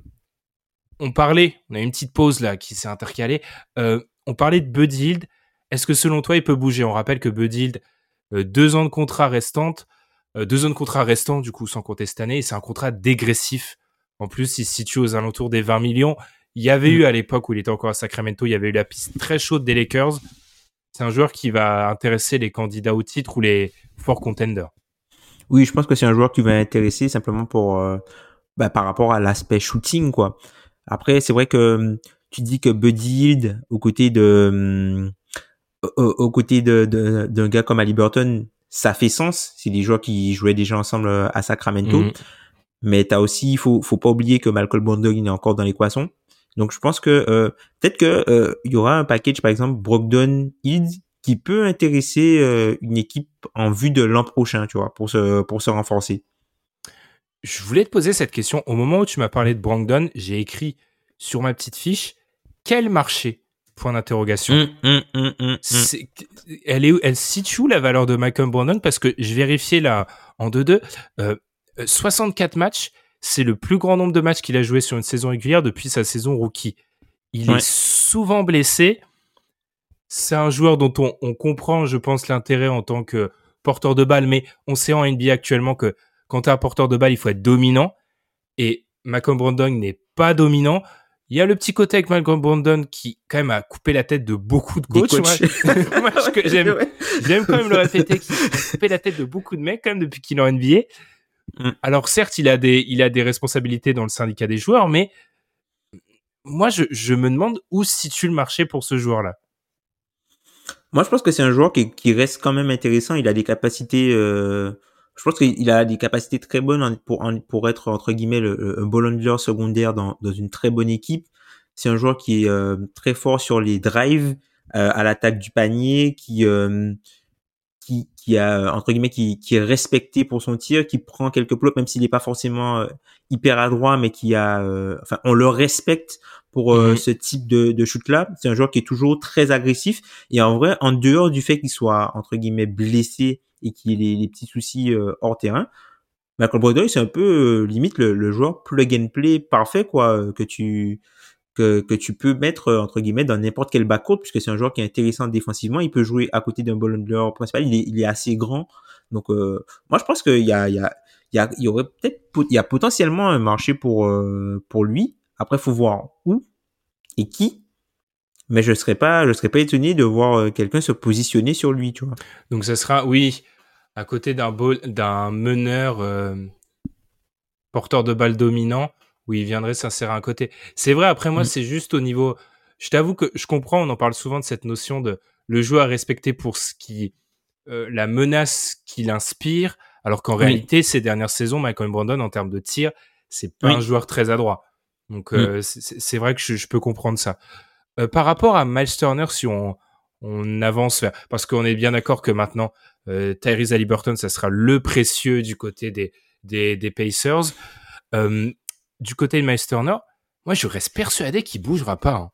on parlait, on a une petite pause là qui s'est intercalée, euh, on parlait de Buddy Hield. Est-ce que selon toi, il peut bouger ? On rappelle que Buddy Hield, euh, deux ans de contrat restantes, euh, deux ans de contrat restants, du coup, sans compter cette année, et c'est un contrat dégressif. En plus, il se situe aux alentours des vingt millions. Il y avait mmh. eu, à l'époque où il était encore à Sacramento, il y avait eu la piste très chaude des Lakers. C'est un joueur qui va intéresser les candidats au titre ou les forts contenders. Oui, je pense que c'est un joueur qui va intéresser simplement pour, euh, bah, par rapport à l'aspect shooting, quoi. Après, c'est vrai que tu dis que Buddy Hield, aux côtés de, euh, aux côtés de, de, d'un gars comme Haliburton, ça fait sens. C'est des joueurs qui jouaient déjà ensemble à Sacramento. Mmh. Mais t'as aussi, il faut, faut pas oublier que Malcolm Brogdon est encore dans l'équation. Donc, je pense que, euh, peut-être que, euh, il y aura un package, par exemple, Brogdon Hield, qui peut intéresser, euh, une équipe en vue de l'an prochain, tu vois, pour se, pour se renforcer. Je voulais te poser cette question. Au moment où tu m'as parlé de Brogdon, j'ai écrit sur ma petite fiche quel marché ? Point d'interrogation. Mmh, mmh, mmh, mmh. C'est, elle est, elle situe où la valeur de Malcolm Brogdon ? Parce que je vérifiais là en deux deux. Euh, Euh, soixante-quatre matchs, c'est le plus grand nombre de matchs qu'il a joué sur une saison régulière depuis sa saison rookie. Il ouais. est souvent blessé. C'est un joueur dont on, on comprend, je pense, l'intérêt en tant que porteur de balle, mais on sait en N B A actuellement que quand tu es un porteur de balle, il faut être dominant. Et Malcolm Brogdon n'est pas dominant. Il y a le petit côté avec Malcolm Brogdon qui, quand même, a coupé la tête de beaucoup de coachs. Moi, moi je, j'aime, j'aime quand même le répéter qu'il a coupé la tête de beaucoup de mecs, quand même, depuis qu'il est en N B A. Mm. Alors, certes, il a des, il a des responsabilités dans le syndicat des joueurs, mais moi, je, je me demande où se situe le marché pour ce joueur-là. Moi, je pense que c'est un joueur qui, qui reste quand même intéressant. Il a des capacités, euh, je pense qu'il a des capacités très bonnes pour, pour être, entre guillemets, le, un ball handler secondaire dans, dans une très bonne équipe. C'est un joueur qui est euh, très fort sur les drives, euh, à l'attaque du panier, qui, euh, qui, qui a, entre guillemets, qui, qui est respecté pour son tir, qui prend quelques plots, même s'il n'est pas forcément euh, hyper adroit, mais qui a, euh, enfin, on le respecte pour euh, mmh. ce type de, de shoot-là. C'est un joueur qui est toujours très agressif. Et en vrai, en dehors du fait qu'il soit, entre guillemets, blessé et qu'il ait les, les petits soucis euh, hors terrain, Malcolm Brogdon, c'est un peu euh, limite le, le joueur plug and play parfait, quoi, que tu que que tu peux mettre, euh, entre guillemets, dans n'importe quel backcourt, puisque c'est un joueur qui est intéressant défensivement. Il peut jouer à côté d'un ball handler principal. Il est, il est assez grand. Donc, euh, moi, je pense qu'il y a, il y a, il y a, il y aurait peut-être, il y a potentiellement un marché pour euh, pour lui. Après, faut voir où et qui, mais je serais pas, je serais pas étonné de voir quelqu'un se positionner sur lui, tu vois. Donc ça sera, oui, à côté d'un ball, d'un meneur euh, porteur de balle dominant, où il viendrait s'insérer à un côté. C'est vrai. Après moi, mmh. c'est juste au niveau. Je t'avoue que je comprends. On en parle souvent de cette notion de le joueur respecté pour ce qui, euh, la menace qu'il inspire, alors qu'en oui. réalité, ces dernières saisons, Malcolm Brogdon, en termes de tir, c'est pas oui. un joueur très adroit. Donc, euh, mmh. c'est, c'est vrai que je, je peux comprendre ça. Euh, par rapport à Miles Turner, si on, on avance vers... Parce qu'on est bien d'accord que maintenant, euh, Tyrese Haliburton, ça sera le précieux du côté des, des, des Pacers. Euh, du côté de Miles Turner, moi, je reste persuadé qu'il bougera pas. Hein.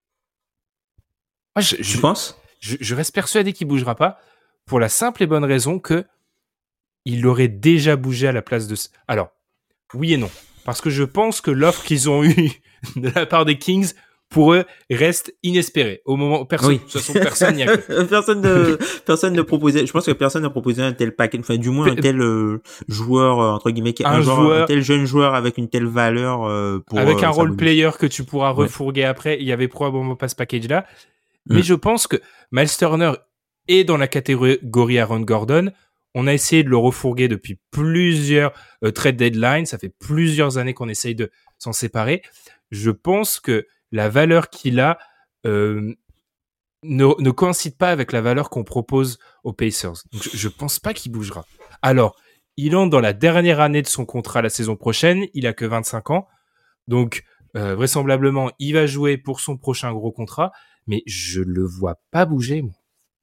Moi, je, je, tu penses je, je reste persuadé qu'il bougera pas pour la simple et bonne raison que il aurait déjà bougé à la place de... Alors, oui et non. Parce que je pense que l'offre qu'ils ont eue de la part des Kings, pour eux, reste inespérée. Au moment où personne, oui. de toute façon, personne n'y a cru. personne ne, personne ne proposait, je pense que personne n'a proposé un tel paquet, enfin, du moins, un tel euh, joueur, euh, entre guillemets, un, un, joueur, joueur, un tel jeune joueur avec une telle valeur, euh, pour, avec un euh, role player que tu pourras refourguer ouais. après. Il y avait probablement pas ce package-là. Mais mm. je pense que Miles Turner est dans la catégorie Aaron Gordon. On a essayé de le refourguer depuis plusieurs euh, trade deadlines. Ça fait plusieurs années qu'on essaye de s'en séparer. Je pense que la valeur qu'il a euh, ne, ne coïncide pas avec la valeur qu'on propose aux Pacers. Donc, je, je pense pas qu'il bougera. Alors, il entre dans la dernière année de son contrat la saison prochaine. Il a que vingt-cinq ans. Donc, euh, vraisemblablement, il va jouer pour son prochain gros contrat. Mais je le vois pas bouger, moi.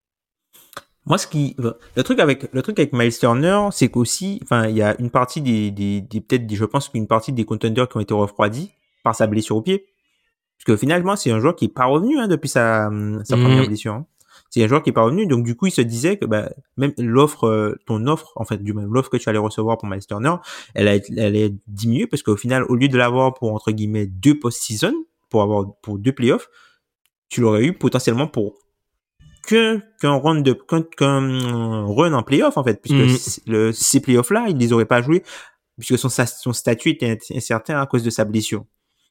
Moi, ce qui, le truc avec, le truc avec Miles Turner, c'est qu'aussi, enfin, il y a une partie des, des, des peut-être, des, je pense qu'une partie des contenders qui ont été refroidis par sa blessure au pied. Parce que finalement, c'est un joueur qui est pas revenu, hein, depuis sa, sa mmh. première blessure, hein. C'est un joueur qui est pas revenu. Donc, du coup, il se disait que, bah, même l'offre, euh, ton offre, en fait, du même, l'offre que tu allais recevoir pour Miles Turner, elle a, elle est diminuée parce qu'au final, au lieu de l'avoir pour, entre guillemets, deux post-season, pour avoir, pour deux playoffs, tu l'aurais eu potentiellement pour qu'un, qu'un run de, qu'un, qu'un run en playoff, en fait, puisque mmh. le, ces playoffs-là, il les aurait pas joués, puisque son, son statut était incertain à cause de sa blessure.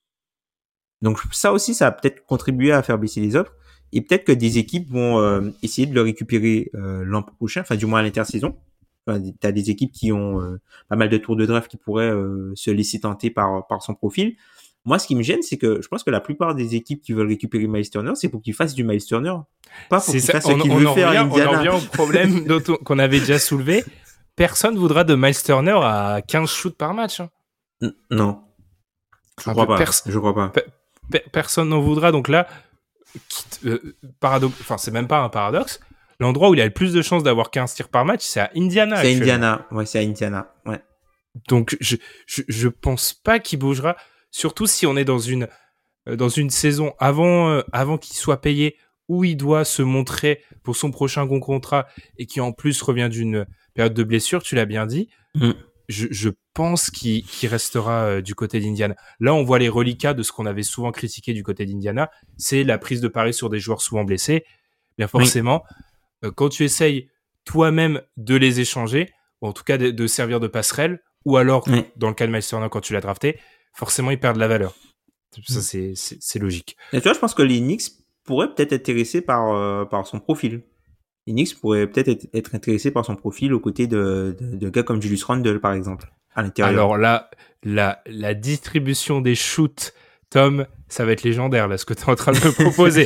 Donc, ça aussi, ça a peut-être contribué à faire baisser les offres. Et peut-être que des équipes vont euh, essayer de le récupérer euh, l'an prochain, enfin, du moins à l'intersaison. Enfin, t'as des équipes qui ont euh, pas mal de tours de draft qui pourraient euh, se laisser tenter par, par son profil. Moi, ce qui me gêne, c'est que je pense que la plupart des équipes qui veulent récupérer Miles Turner, c'est pour qu'il fasse du Miles Turner. Pas pour c'est qu'il ça, fasse ce qu'il veut faire à Indiana. On en revient au problème qu'on avait déjà soulevé. Personne voudra de Miles Turner à quinze shoots par match. Hein. N- non. Je crois pas. Pers- je crois pas. Pe- pe- personne n'en voudra. Donc là, quitte, euh, paradoxe, enfin, c'est même pas un paradoxe. L'endroit où il a le plus de chances d'avoir quinze tirs par match, c'est à Indiana. C'est Indiana. Ouais, c'est à Indiana. Ouais. Donc, je, je, je pense pas qu'il bougera. Surtout si on est dans une, euh, dans une saison avant, euh, avant qu'il soit payé, où il doit se montrer pour son prochain gros contrat et qui en plus revient d'une période de blessure, tu l'as bien dit. Mm. je, je pense qu'il, qu'il restera euh, du côté d'Indiana. Là, on voit les reliquats de ce qu'on avait souvent critiqué du côté d'Indiana, c'est la prise de pari sur des joueurs souvent blessés. Bien forcément, oui. euh, quand tu essayes toi-même de les échanger, ou en tout cas de, de servir de passerelle, ou alors, oui. dans le cas de Miles Turner, quand tu l'as drafté, forcément, ils perdent la valeur. Ça, c'est, c'est, c'est logique. Et tu vois, je pense que les Knicks pourraient peut-être être intéressés par, euh, par son profil. Les Knicks pourraient peut-être être, être intéressés par son profil aux côtés de, de, de gars comme Julius Randle, par exemple, à l'intérieur. Alors là, la, la distribution des shoots, Tom, ça va être légendaire, là, ce que tu es en train de me proposer.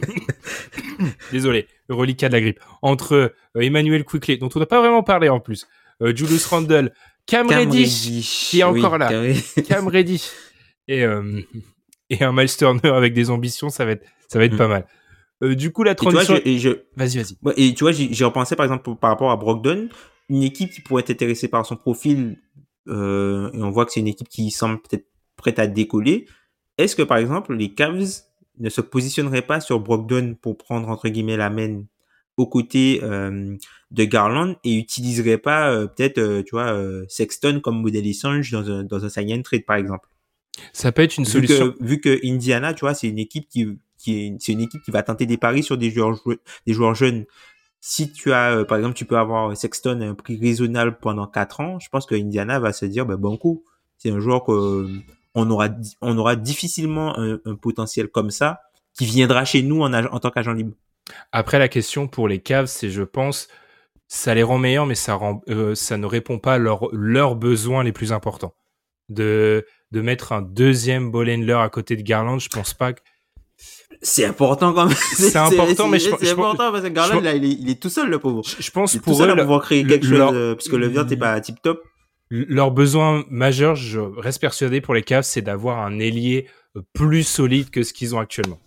Désolé, le reliquat de la grippe. Entre euh, Emmanuel Quickley, dont on n'a pas vraiment parlé en plus, euh, Julius Randle, Cam, Cam Reddish, Reddish, qui est encore oui, là, Cam, Cam Reddish, et, euh, et un Miles Turner avec des ambitions, ça va être, ça va être mmh. pas mal. Euh, du coup, la transition... Et tu vois, je, je... Vas-y, vas-y. Ouais, et tu vois, j'ai, j'ai repensé, par exemple, par rapport à Brogdon, une équipe qui pourrait être intéressée par son profil, euh, et on voit que c'est une équipe qui semble peut-être prête à décoller. Est-ce que, par exemple, les Cavs ne se positionneraient pas sur Brogdon pour prendre, entre guillemets, la main aux côtés euh, de Garland et utiliseraient pas, euh, peut-être, euh, tu vois, euh, Sexton comme modèle échange dans un, dans un sign and trade, par exemple? Ça peut être une vu solution. Que, vu que Indiana, tu vois, c'est une équipe qui... qui est, c'est une équipe qui va tenter des paris sur des joueurs, des joueurs jeunes. Si tu as, euh, par exemple, tu peux avoir Sexton à un prix raisonnable pendant quatre ans, je pense que Indiana va se dire, ben, bon coup, c'est un joueur qu'on aura, on aura difficilement un, un potentiel comme ça qui viendra chez nous en, en tant qu'agent libre. Après, la question pour les Cavs, c'est, je pense, ça les rend meilleurs, mais ça rend, euh, ça ne répond pas à leur, leurs besoins les plus importants. De, de mettre un deuxième ball handler à côté de Garland, je pense pas que c'est important quand même. C'est, c'est important, c'est, mais je, c'est je, important je, parce que Garland, je, là, il est, il est tout seul, le pauvre. Je, je pense il est pour tout seul eux, à pouvoir créer le, quelque leur, chose, euh, puisque le Viant n'est pas tip top. Leur besoin majeur, je reste persuadé pour les Cavs, c'est d'avoir un ailier plus solide que ce qu'ils ont actuellement.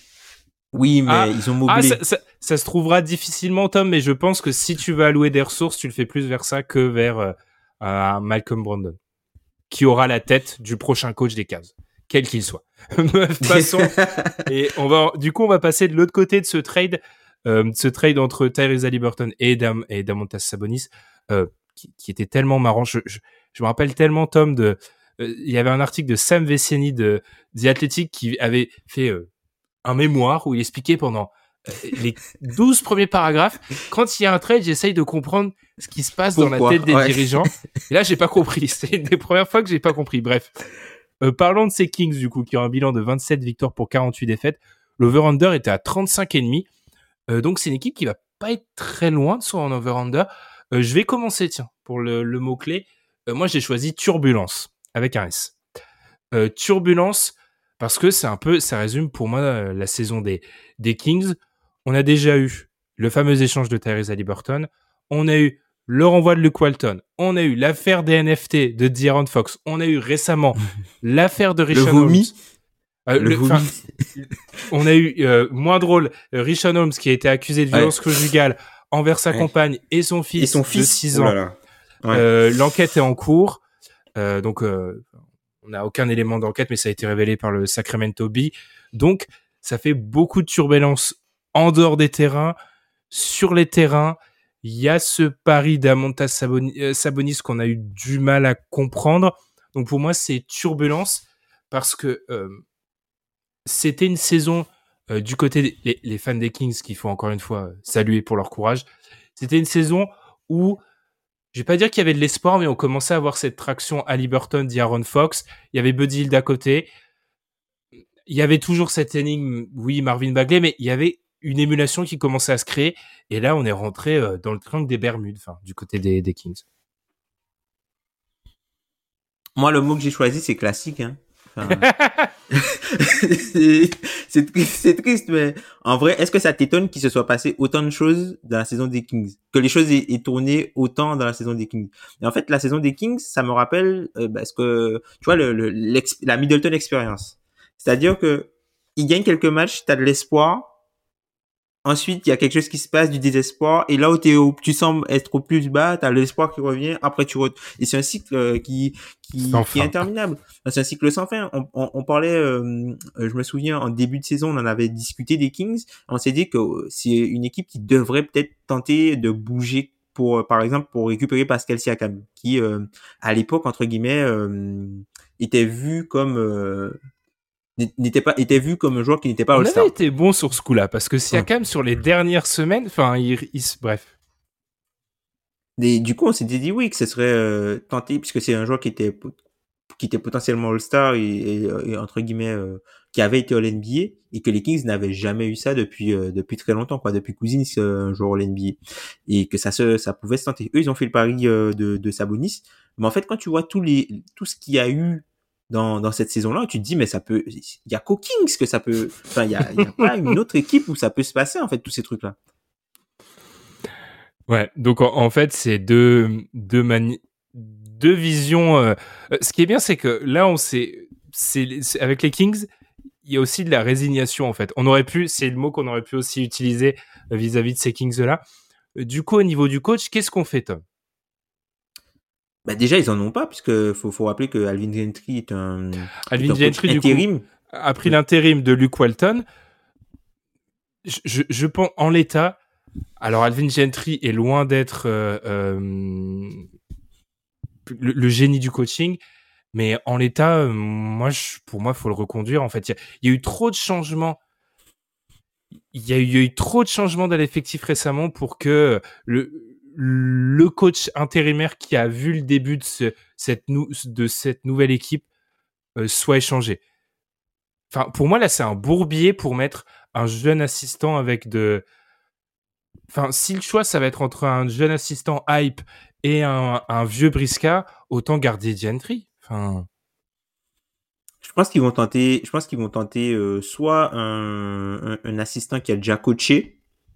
Oui, mais ah, ils ont moblé. Ah, ça, ça, ça se trouvera difficilement, Tom, mais je pense que si tu veux allouer des ressources, tu le fais plus vers ça que vers euh, un Malcolm Brogdon, qui aura la tête du prochain coach des Cavs, quel qu'il soit. Passons. Et on va, du coup, on va passer de l'autre côté de ce trade, euh, ce trade entre Tyrese Haliburton et, Dam, et Domantas Sabonis, euh, qui, qui était tellement marrant. Je, je, je me rappelle tellement, Tom, de, euh, il y avait un article de Sam Vecchiani de The Athletic qui avait fait euh, un mémoire où il expliquait pendant euh, les douze premiers paragraphes, quand il y a un trade, j'essaye de comprendre ce qui se passe Pourquoi dans la tête des ouais. dirigeants. Et là, j'ai pas compris. C'est une des premières fois que j'ai pas compris. Bref. Euh, parlons de ces Kings, du coup, qui ont un bilan de vingt-sept victoires pour quarante-huit défaites. L'over-under était à trente-cinq virgule cinq. Euh, donc, c'est une équipe qui va pas être très loin de son over-under. Euh, je vais commencer, tiens, pour le, le mot-clé. Euh, moi, j'ai choisi turbulence, avec un S. Euh, turbulence, parce que c'est un peu, ça résume pour moi euh, la saison des, des Kings. On a déjà eu le fameux échange de Tyrese Haliburton. On a eu le renvoi de Luke Walton. On a eu l'affaire des N F T de De'Aaron Fox. On a eu récemment l'affaire de Richard Holmes. Euh, le, le vomi. On a eu, euh, moins drôle, Richard Holmes qui a été accusé de violence ouais. conjugale envers sa ouais. compagne et son fils, et son fils de six ans. Oh là là. Ouais. Euh, l'enquête est en cours. Euh, donc, euh, on n'a aucun élément d'enquête, mais ça a été révélé par le Sacramento Bee. Donc, ça fait beaucoup de turbulences en dehors des terrains, sur les terrains. Il y a ce pari d'Domantas Sabonis, euh, Sabonis qu'on a eu du mal à comprendre. Donc, pour moi, c'est turbulence parce que euh, c'était une saison euh, du côté des les, les fans des Kings qu'il faut encore une fois euh, saluer pour leur courage. C'était une saison où, je vais pas dire qu'il y avait de l'espoir, mais on commençait à avoir cette traction Haliburton, De'Aaron Fox. Il y avait Buddy Hield à côté. Il y avait toujours cette énigme, oui, Marvin Bagley, mais il y avait une émulation qui commençait à se créer. Et là, on est rentré euh, dans le triangle des Bermudes, enfin, du côté des, des Kings. Moi, le mot que j'ai choisi, c'est classique, hein. Enfin, c'est, c'est, triste, c'est triste, mais en vrai, est-ce que ça t'étonne qu'il se soit passé autant de choses dans la saison des Kings, que les choses aient, aient tourné autant dans la saison des Kings? Et en fait, la saison des Kings, ça me rappelle euh, parce que tu vois le, le la Middleton experience, c'est-à-dire que il gagne quelques matchs, t'as de l'espoir. Ensuite, il y a quelque chose qui se passe, du désespoir, et là où t'es au, tu sembles être au plus bas, t'as l'espoir qui revient, après tu re... et c'est un cycle euh, qui qui, qui est interminable. C'est un cycle sans fin. On, on, on parlait, euh, je me souviens, en début de saison, on en avait discuté des Kings, on s'est dit que c'est une équipe qui devrait peut-être tenter de bouger pour, par exemple, pour récupérer Pascal Siakam, qui, euh, à l'époque, entre guillemets, euh, était vu comme, euh, n'était pas, était vu comme un joueur qui n'était pas All-Star. On avait été bon sur ce coup-là, parce que Siakam, ouais. sur les dernières semaines, enfin, il, il, bref. Et du coup, on s'était dit oui, que ce serait euh, tenté, puisque c'est un joueur qui était, qui était potentiellement All-Star et, et, et entre guillemets, euh, qui avait été All-N B A, et que les Kings n'avaient jamais eu ça depuis euh, depuis très longtemps, quoi, depuis Cousins, euh, un joueur All-N B A, et que ça se ça pouvait se tenter. Eux, ils ont fait le pari euh, de de Sabonis, mais en fait, quand tu vois tous les tout ce qu'il y a eu dans dans cette saison-là, tu te dis mais ça peut, il y a qu'aux Kings que ça peut, enfin il y a il y a pas une autre équipe où ça peut se passer en fait, tous ces trucs-là. Ouais, donc en, en fait, c'est deux deux mani- deux visions. Euh, ce qui est bien, c'est que là, on sait, c'est, c'est avec les Kings, il y a aussi de la résignation en fait. On aurait pu, c'est le mot qu'on aurait pu aussi utiliser vis-à-vis de ces Kings-là. Du coup, au niveau du coach, qu'est-ce qu'on fait, Tom ? Bah déjà, ils en ont pas, puisque faut, faut rappeler que Alvin Gentry est un, Alvin est un Gentry, coach intérim. Du coup, a pris l'intérim de Luke Walton. Je, je, je pense en l'état. Alors, Alvin Gentry est loin d'être euh, euh, le, le génie du coaching, mais en l'état, euh, moi, je, pour moi, faut le reconduire. En fait, il y, y a eu trop de changements. Il y a eu, y a eu trop de changements dans l'effectif récemment pour que le le coach intérimaire qui a vu le début de ce, cette nou, de cette nouvelle équipe euh, soit échangé. Enfin, pour moi, là, c'est un bourbier pour mettre un jeune assistant avec de. Enfin, si le choix, ça va être entre un jeune assistant hype et un, un vieux briscard, autant garder Gentry. Enfin. Je pense qu'ils vont tenter, je pense qu'ils vont tenter euh, soit un, un, un assistant qui a déjà coaché,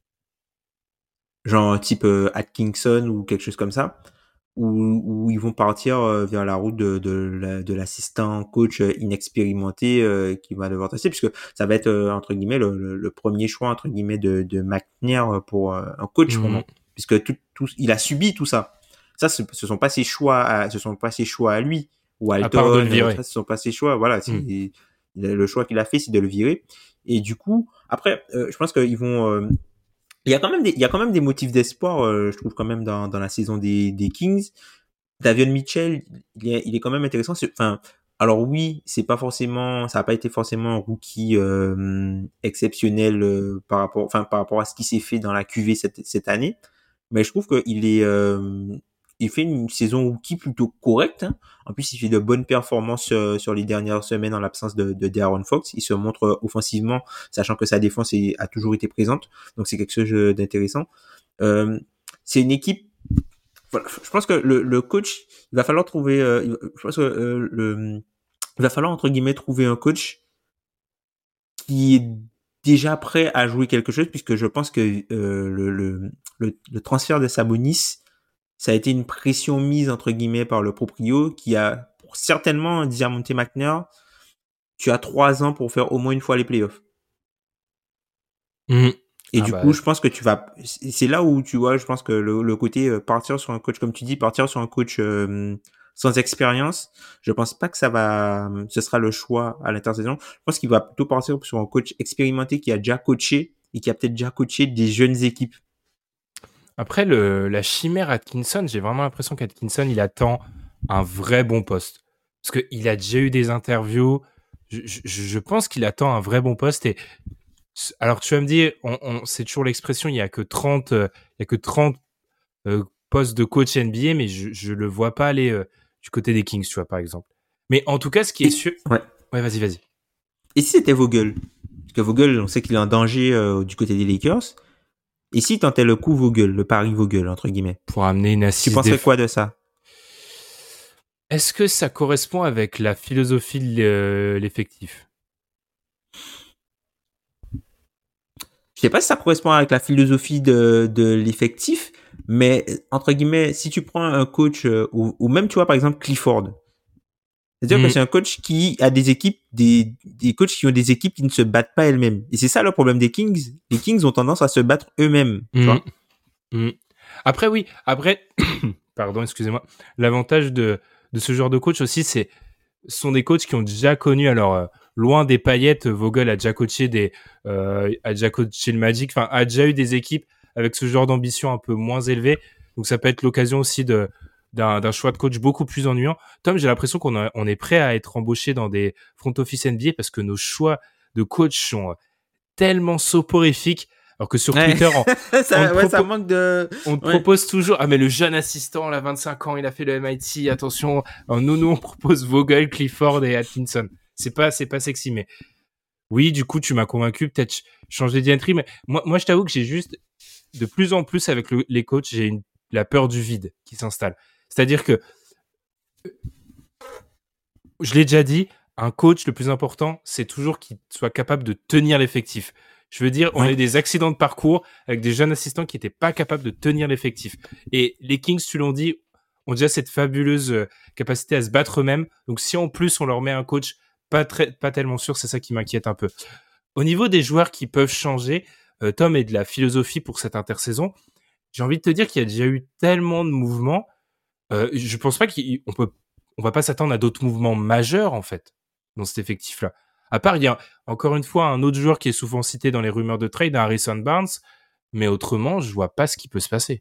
genre type euh, Atkinson ou quelque chose comme ça, ou, ou ils vont partir euh, vers la route de, de, la, de l'assistant coach inexpérimenté euh, qui va devoir tester, puisque ça va être euh, entre guillemets le, le, le premier choix entre guillemets de, de McNair pour euh, un coach, mmh. puisque tout, tout, il a subi tout ça. Ça, ce, ce sont pas ses choix, à, ce sont pas ses choix à lui. Ou Alton, à part de le virer. Ça, ce sont pas ses choix. Voilà, c'est mmh. le choix qu'il a fait, c'est de le virer. Et du coup, après, euh, je pense qu'ils vont. Euh, il y a quand même des, il y a quand même des motifs d'espoir, euh, je trouve quand même dans dans la saison des des Kings. Davion Mitchell, il est, il est quand même intéressant. Enfin, alors oui, c'est pas forcément, ça a pas été forcément un rookie euh, exceptionnel euh, par rapport, enfin par rapport à ce qui s'est fait dans la Q V cette cette année. Mais je trouve qu'il est euh, il fait une saison rookie plutôt correcte. Hein. En plus, il fait de bonnes performances euh, sur les dernières semaines en l'absence de, de De'Aaron Fox. Il se montre offensivement, sachant que sa défense est, a toujours été présente. Donc, c'est quelque chose d'intéressant. Euh, c'est une équipe. Voilà, je pense que le, le coach, il va falloir trouver. Euh, je pense que euh, le, il va falloir entre guillemets trouver un coach qui est déjà prêt à jouer quelque chose, puisque je pense que euh, le, le, le, le transfert de Sabonis, ça a été une pression mise entre guillemets par le proprio qui a certainement dit à Monte McNair, tu as trois ans pour faire au moins une fois les playoffs. Mmh. Et ah du bah coup, ouais. je pense que tu vas, c'est là où tu vois, je pense que le, le côté euh, partir sur un coach, comme tu dis, partir sur un coach euh, sans expérience, je pense pas que ça va, ce sera le choix à l'intersaison. Je pense qu'il va plutôt partir sur un coach expérimenté qui a déjà coaché et qui a peut-être déjà coaché des jeunes équipes. Après, le, la chimère Atkinson, j'ai vraiment l'impression qu'Atkinson, il attend un vrai bon poste. Parce qu'il a déjà eu des interviews. Je, je, je pense qu'il attend un vrai bon poste. Et alors, tu vas me dire, on, on, c'est toujours l'expression, il n'y a que trente, euh, il y a que trente euh, postes de coach N B A, mais je ne le vois pas aller euh, du côté des Kings, tu vois, par exemple. Mais en tout cas, ce qui est et, sûr... Ouais, ouais vas-y, vas-y. Et si c'était Vogel? Parce que Vogel, on sait qu'il est en danger euh, du côté des Lakers. Et si tentait le coup Vogel, le pari Vogel, entre guillemets, pour amener une assise. Tu penserais déf... quoi de ça? Est-ce que ça correspond avec la philosophie de l'effectif? Je sais pas si ça correspond avec la philosophie de, de l'effectif, mais entre guillemets, si tu prends un coach, euh, ou, ou même tu vois par exemple Clifford, c'est-à-dire mmh. que c'est un coach qui a des équipes, des, des coachs qui ont des équipes qui ne se battent pas elles-mêmes. Et c'est ça le problème des Kings. Les Kings ont tendance à se battre eux-mêmes. Mmh. Tu vois mmh. Après, oui. Après, pardon, excusez-moi. L'avantage de, de ce genre de coach aussi, c'est, ce sont des coachs qui ont déjà connu, alors, euh, loin des paillettes, Vogel a déjà coaché des, euh, a déjà coaché le Magic, enfin, a déjà eu des équipes avec ce genre d'ambition un peu moins élevée. Donc ça peut être l'occasion aussi de d'un, d'un choix de coach beaucoup plus ennuyant. Tom, j'ai l'impression qu'on a, on est prêt à être embauché dans des front office N B A parce que nos choix de coach sont tellement soporifiques. Alors que sur ouais. Twitter, on, ça, on, te ouais, propo- ça manque de... on te ouais. propose toujours, ah mais le jeune assistant, là, vingt-cinq ans, il a fait le M I T, attention. Alors nous, nous, on propose Vogel, Clifford et Atkinson. C'est pas, c'est pas sexy, mais oui, du coup, tu m'as convaincu, peut-être changer d'entry, mais moi, moi, je t'avoue que j'ai juste, de plus en plus avec le, les coachs, j'ai une, la peur du vide qui s'installe. C'est-à-dire que, je l'ai déjà dit, un coach, le plus important, c'est toujours qu'il soit capable de tenir l'effectif. Je veux dire, on ouais. a eu des accidents de parcours avec des jeunes assistants qui n'étaient pas capables de tenir l'effectif. Et les Kings, tu l'as dit, ont déjà cette fabuleuse capacité à se battre eux-mêmes. Donc, si en plus, on leur met un coach pas très, pas tellement sûr, c'est ça qui m'inquiète un peu. Au niveau des joueurs qui peuvent changer, euh, Tom, et de la philosophie pour cette intersaison, j'ai envie de te dire qu'il y a déjà eu tellement de mouvements. Euh, je pense pas qu'on peut, on va pas s'attendre à d'autres mouvements majeurs, en fait, dans cet effectif-là. À part, il y a encore une fois un autre joueur qui est souvent cité dans les rumeurs de trade, Harrison Barnes, mais autrement, je vois pas ce qui peut se passer.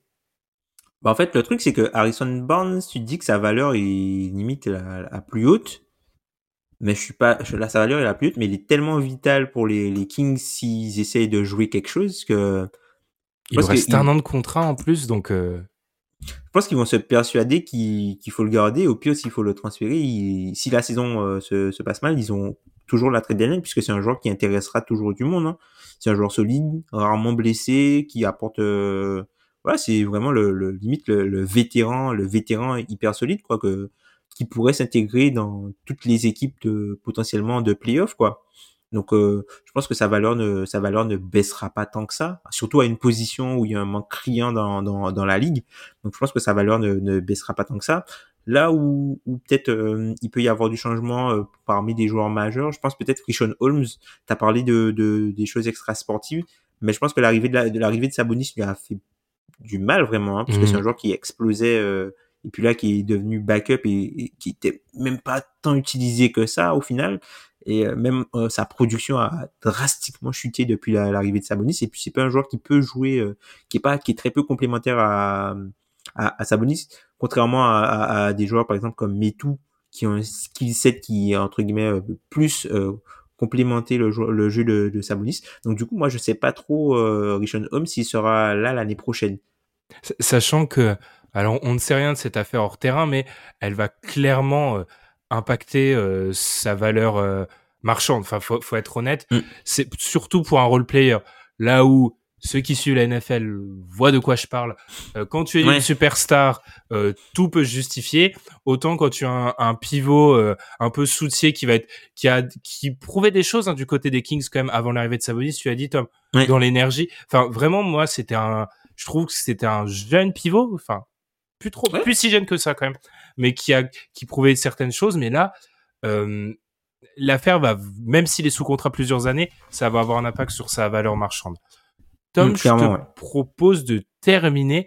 Bah en fait, le truc, c'est que Harrison Barnes, tu te dis que sa valeur est limite la, la plus haute, mais je suis pas, je, là, sa valeur est la plus haute, mais il est tellement vital pour les, les Kings s'ils essayent de jouer quelque chose que... Il lui reste un il... an de contrat en plus, donc... Euh... Je pense qu'ils vont se persuader qu'il, qu'il faut le garder. Au pire, s'il faut le transférer, il, si la saison euh, se, se passe mal, ils ont toujours la trade deadline puisque c'est un joueur qui intéressera toujours du monde. Hein. C'est un joueur solide, rarement blessé, qui apporte. Euh, voilà, c'est vraiment le, le limite le, le vétéran, le vétéran hyper solide quoi, que qui pourrait s'intégrer dans toutes les équipes de potentiellement de playoffs quoi. Donc, euh, je pense que sa valeur ne, sa valeur ne baissera pas tant que ça, surtout à une position où il y a un manque criant dans, dans, dans la ligue. Donc, je pense que sa valeur ne, ne baissera pas tant que ça. Là où, où peut-être euh, il peut y avoir du changement euh, parmi des joueurs majeurs, je pense peut-être Richaun Holmes. T'as parlé de, de des choses extra-sportives, mais je pense que l'arrivée de, la, de l'arrivée de Sabonis lui a fait du mal vraiment, hein, parce mmh. que c'est un joueur qui explosait. Euh, et puis là, qui est devenu backup et, et qui était même pas tant utilisé que ça au final. Et même euh, sa production a drastiquement chuté depuis la, l'arrivée de Sabonis. Et puis c'est pas un joueur qui peut jouer, euh, qui est pas, qui est très peu complémentaire à à, à Sabonis, contrairement à, à, à des joueurs par exemple comme Metu qui ont un skill set qui entre guillemets plus euh, complémenter le, le jeu de, de Sabonis. Donc du coup, moi je sais pas trop euh, Richaun Holmes s'il sera là l'année prochaine. Sachant que, alors on ne sait rien de cette affaire hors terrain, mais elle va clairement euh, impacter euh, sa valeur euh, marchande. Enfin, faut, faut être honnête. Mm. C'est surtout pour un role player. Là où ceux qui suivent la N F L voient de quoi je parle. Euh, quand tu es ouais. une superstar, euh, tout peut se justifier. Autant quand tu as un, un pivot euh, un peu soutier qui va être, qui a, qui prouvait des choses hein, du côté des Kings quand même avant l'arrivée de Sabonis. Tu as dit Tom, ouais. dans l'énergie. Enfin, vraiment, moi, c'était un, je trouve que c'était un jeune pivot. Enfin. Plus trop, ouais. plus si jeune que ça quand même, mais qui a, qui prouvait certaines choses. Mais là, euh, l'affaire va, même s'il est sous contrat plusieurs années, ça va avoir un impact sur sa valeur marchande. Tom, mmh, je te ouais. propose de terminer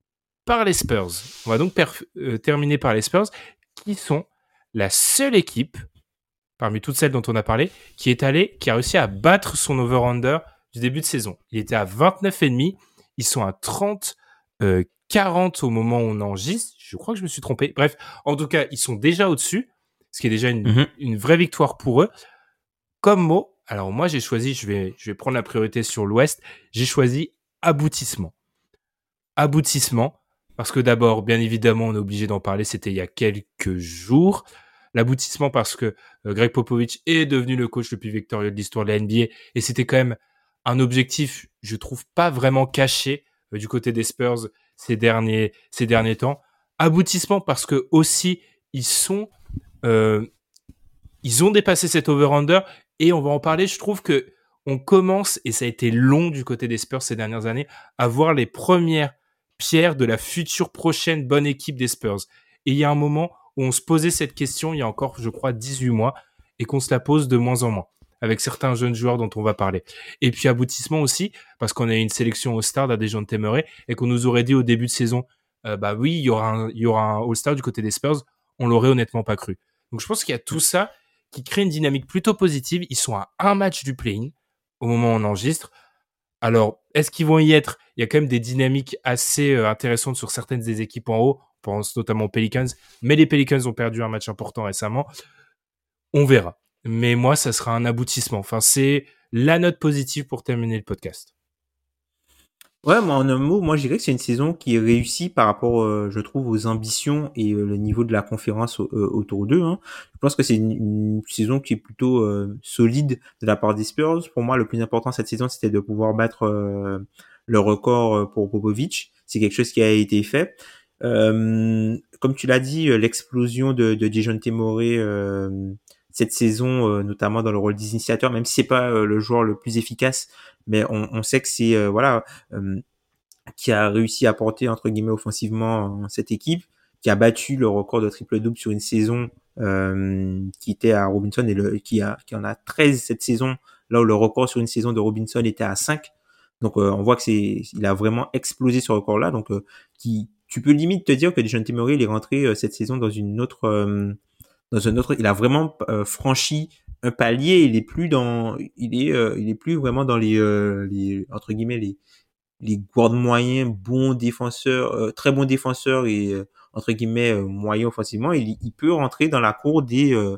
par les Spurs. On va donc perf- euh, terminer par les Spurs, qui sont la seule équipe parmi toutes celles dont on a parlé qui est allée, qui a réussi à battre son over-under du début de saison. Il était à vingt-neuf virgule cinq. Ils sont à trente. Euh, quarante au moment où on enregistre. Je crois que je me suis trompé. Bref, en tout cas, ils sont déjà au-dessus, ce qui est déjà une, mm-hmm. une vraie victoire pour eux. Comme mot, alors moi, j'ai choisi, je vais, je vais prendre la priorité sur l'Ouest, j'ai choisi aboutissement. Aboutissement, parce que d'abord, bien évidemment, on est obligé d'en parler, c'était il y a quelques jours. L'aboutissement parce que euh, Greg Popovich est devenu le coach le plus victorieux de l'histoire de la N B A, et c'était quand même un objectif, je trouve, pas vraiment caché euh, du côté des Spurs ces derniers ces derniers temps. Aboutissement parce que aussi ils sont euh, ils ont dépassé cet over-under et on va en parler. Je trouve que on commence, et ça a été long du côté des Spurs ces dernières années, à voir les premières pierres de la future prochaine bonne équipe des Spurs. Et il y a un moment où on se posait cette question il y a encore, je crois, dix-huit mois, et qu'on se la pose de moins en moins avec certains jeunes joueurs dont on va parler. Et puis aboutissement aussi, parce qu'on a eu une sélection All-Star d'Adejante Murray, et qu'on nous aurait dit au début de saison, euh, bah oui, il y aura un, il y aura un All-Star du côté des Spurs, on l'aurait honnêtement pas cru. Donc je pense qu'il y a tout ça qui crée une dynamique plutôt positive. Ils sont à un match du play-in au moment où on enregistre. Alors, est-ce qu'ils vont y être? Il y a quand même des dynamiques assez euh, intéressantes sur certaines des équipes en haut. On pense notamment aux Pelicans. Mais les Pelicans ont perdu un match important récemment. On verra. Mais moi, ça sera un aboutissement. Enfin, c'est la note positive pour terminer le podcast. Ouais, moi, en un mot, moi, je dirais que c'est une saison qui est réussie par rapport, euh, je trouve, aux ambitions et euh, le niveau de la conférence euh, autour d'eux. Hein. Je pense que c'est une, une saison qui est plutôt euh, solide de la part des Spurs. Pour moi, le plus important cette saison, c'était de pouvoir battre euh, le record pour Popovich. C'est quelque chose qui a été fait. Euh, comme tu l'as dit, l'explosion de, de Dejounte Murray euh, cette saison, euh, notamment dans le rôle d'initiateur, même si c'est pas euh, le joueur le plus efficace, mais on, on sait que c'est euh, voilà euh, qui a réussi à porter entre guillemets offensivement euh, cette équipe, qui a battu le record de triple-double sur une saison euh, qui était à Robinson et le, qui a qui en a treize cette saison, là où le record sur une saison de Robinson était à cinq. Donc euh, on voit que c'est il a vraiment explosé ce record là, donc euh, qui tu peux limite te dire que Dejounte Murray il est rentré euh, cette saison dans une autre euh, dans un autre il a vraiment euh, franchi un palier, il est plus dans il est euh, il est plus vraiment dans les euh, les entre guillemets les les guards moyens bons défenseurs euh, très bons défenseurs et euh, entre guillemets euh, moyens offensivement, il, il peut rentrer dans la cour des euh,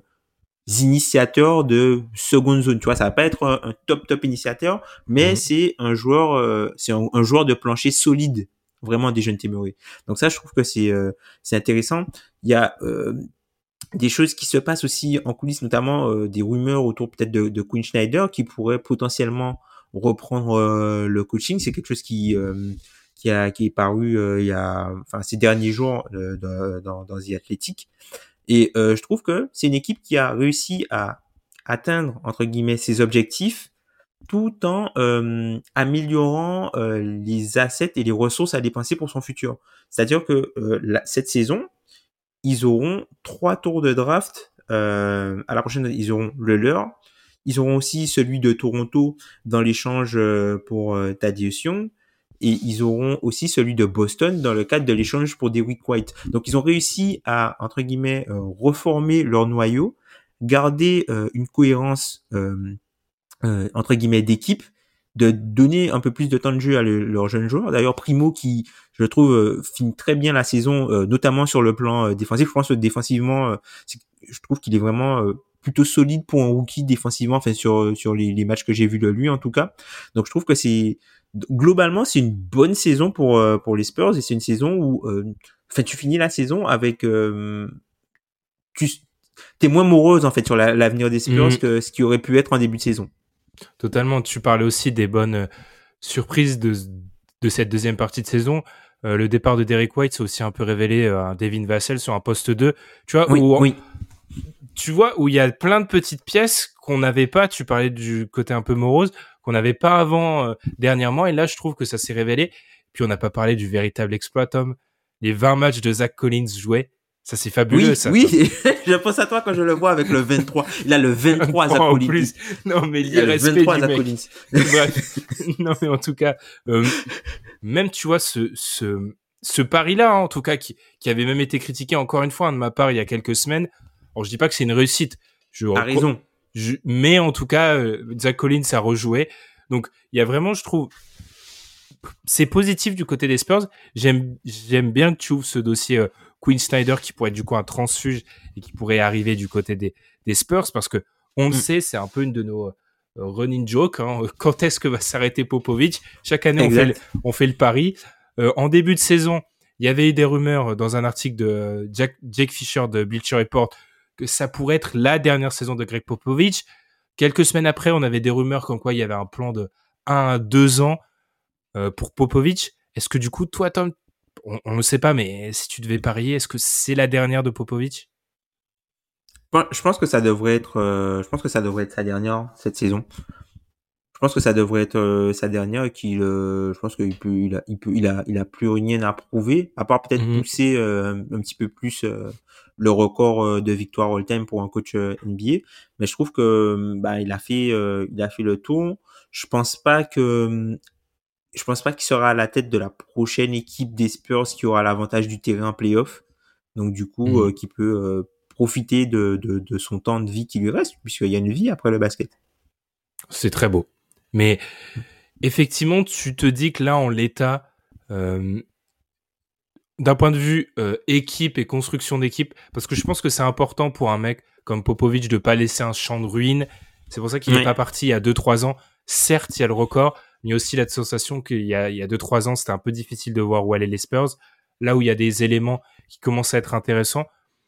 initiateurs de seconde zone, tu vois, ça va pas être un, un top top initiateur, mais mmh. c'est un joueur euh, c'est un, un joueur de plancher solide, vraiment Dejounte Murray. Donc ça je trouve que c'est euh, c'est intéressant. Il y a euh, des choses qui se passent aussi en coulisses, notamment euh, des rumeurs autour peut-être de, de Quinn Snyder qui pourrait potentiellement reprendre euh, le coaching. C'est quelque chose qui euh, qui a qui est paru euh, il y a enfin ces derniers jours euh, dans, dans dans The Athletic. Et euh, je trouve que c'est une équipe qui a réussi à atteindre entre guillemets ses objectifs tout en euh, améliorant euh, les assets et les ressources à dépenser pour son futur. C'est-à-dire que euh, la, cette saison ils auront trois tours de draft. Euh, à la prochaine, ils auront le leur. Ils auront aussi celui de Toronto dans l'échange pour euh, Thaddeus Young. Et ils auront aussi celui de Boston dans le cadre de l'échange pour Derrick White. Donc, ils ont réussi à, entre guillemets, euh, reformer leur noyau, garder euh, une cohérence, euh, euh, entre guillemets, d'équipe, de donner un peu plus de temps de jeu à le, leurs jeunes joueurs. D'ailleurs, Primo, qui, je trouve, euh, finit très bien la saison, euh, notamment sur le plan euh, défensif. Je pense que défensivement, euh, c'est, je trouve qu'il est vraiment euh, plutôt solide pour un rookie défensivement, enfin sur sur les, les matchs que j'ai vus de lui en tout cas. Donc, je trouve que c'est globalement c'est une bonne saison pour euh, pour les Spurs et c'est une saison où, euh, enfin, tu finis la saison avec, euh, tu t'es moins morose en fait sur la, l'avenir des Spurs mmh. que ce qui aurait pu être en début de saison. Totalement. Tu parlais aussi des bonnes euh, surprises de, de cette deuxième partie de saison. Euh, le départ de Derrick White, c'est aussi un peu révélé euh, un Devin Vassell sur un poste deux. Tu vois, oui, où, oui. Tu vois, où il y a plein de petites pièces qu'on n'avait pas. Tu parlais du côté un peu morose, qu'on n'avait pas avant, euh, dernièrement. Et là, je trouve que ça s'est révélé. Puis on n'a pas parlé du véritable exploit, Tom. Les vingt matchs de Zach Collins joués. Ça, c'est fabuleux, oui, ça. Oui, je pense à toi quand je le vois avec le vingt-trois. Il a le vingt-trois Zach Collins. Plus. Non, mais l'irrespect du mec. Collins. Bref. Non, mais en tout cas, euh, même, tu vois, ce, ce, ce pari-là, hein, en tout cas, qui, qui avait même été critiqué encore une fois, hein, de ma part, il y a quelques semaines. Alors, je dis pas que c'est une réussite. Je, T'as raison. Je, mais en tout cas, euh, Zach Collins a rejoué. Donc, il y a vraiment, je trouve, c'est positif du côté des Spurs. J'aime, j'aime bien que tu ouvres ce dossier, euh, Quinn Snyder qui pourrait être du coup un transfuge et qui pourrait arriver du côté des, des Spurs parce que on le mm. sait, c'est un peu une de nos euh, running jokes. Hein. Quand est-ce que va s'arrêter Popovich ? Chaque année, on fait, le, on fait le pari. Euh, en début de saison, il y avait eu des rumeurs dans un article de Jack, Jake Fisher de Bleacher Report que ça pourrait être la dernière saison de Greg Popovich. Quelques semaines après, on avait des rumeurs comme quoi il y avait un plan de un à deux ans euh, pour Popovich. Est-ce que du coup, toi, Tom, on ne le sait pas, mais si tu devais parier, est-ce que c'est la dernière de Popovich ? Je pense que ça devrait être, euh, je pense que ça devrait être sa dernière cette saison. Je pense que ça devrait être euh, sa dernière et qu'il, euh, je pense qu'il peut, il a, il peut, il a, il a plus rien à prouver à part peut-être mm-hmm. pousser euh, un petit peu plus euh, le record euh, de victoire all-time pour un coach euh, N B A. Mais je trouve que bah il a fait, euh, il a fait le tour. Je pense pas que Je pense pas qu'il sera à la tête de la prochaine équipe des Spurs qui aura l'avantage du terrain en play-off. Donc, du coup, mmh. euh, qui peut euh, profiter de, de, de son temps de vie qui lui reste, puisqu'il y a une vie après le basket. C'est très beau. Mais effectivement, tu te dis que là, en l'état, euh, d'un point de vue euh, équipe et construction d'équipe, parce que je pense que c'est important pour un mec comme Popovic de pas laisser un champ de ruines. C'est pour ça qu'il n'est oui. pas parti il y a deux trois ans. Certes, il y a le record, mais il y a aussi la sensation qu'il y a, il y a deux trois ans, c'était un peu difficile de voir où allaient les Spurs. Là où il y a des éléments qui commencent à être intéressants,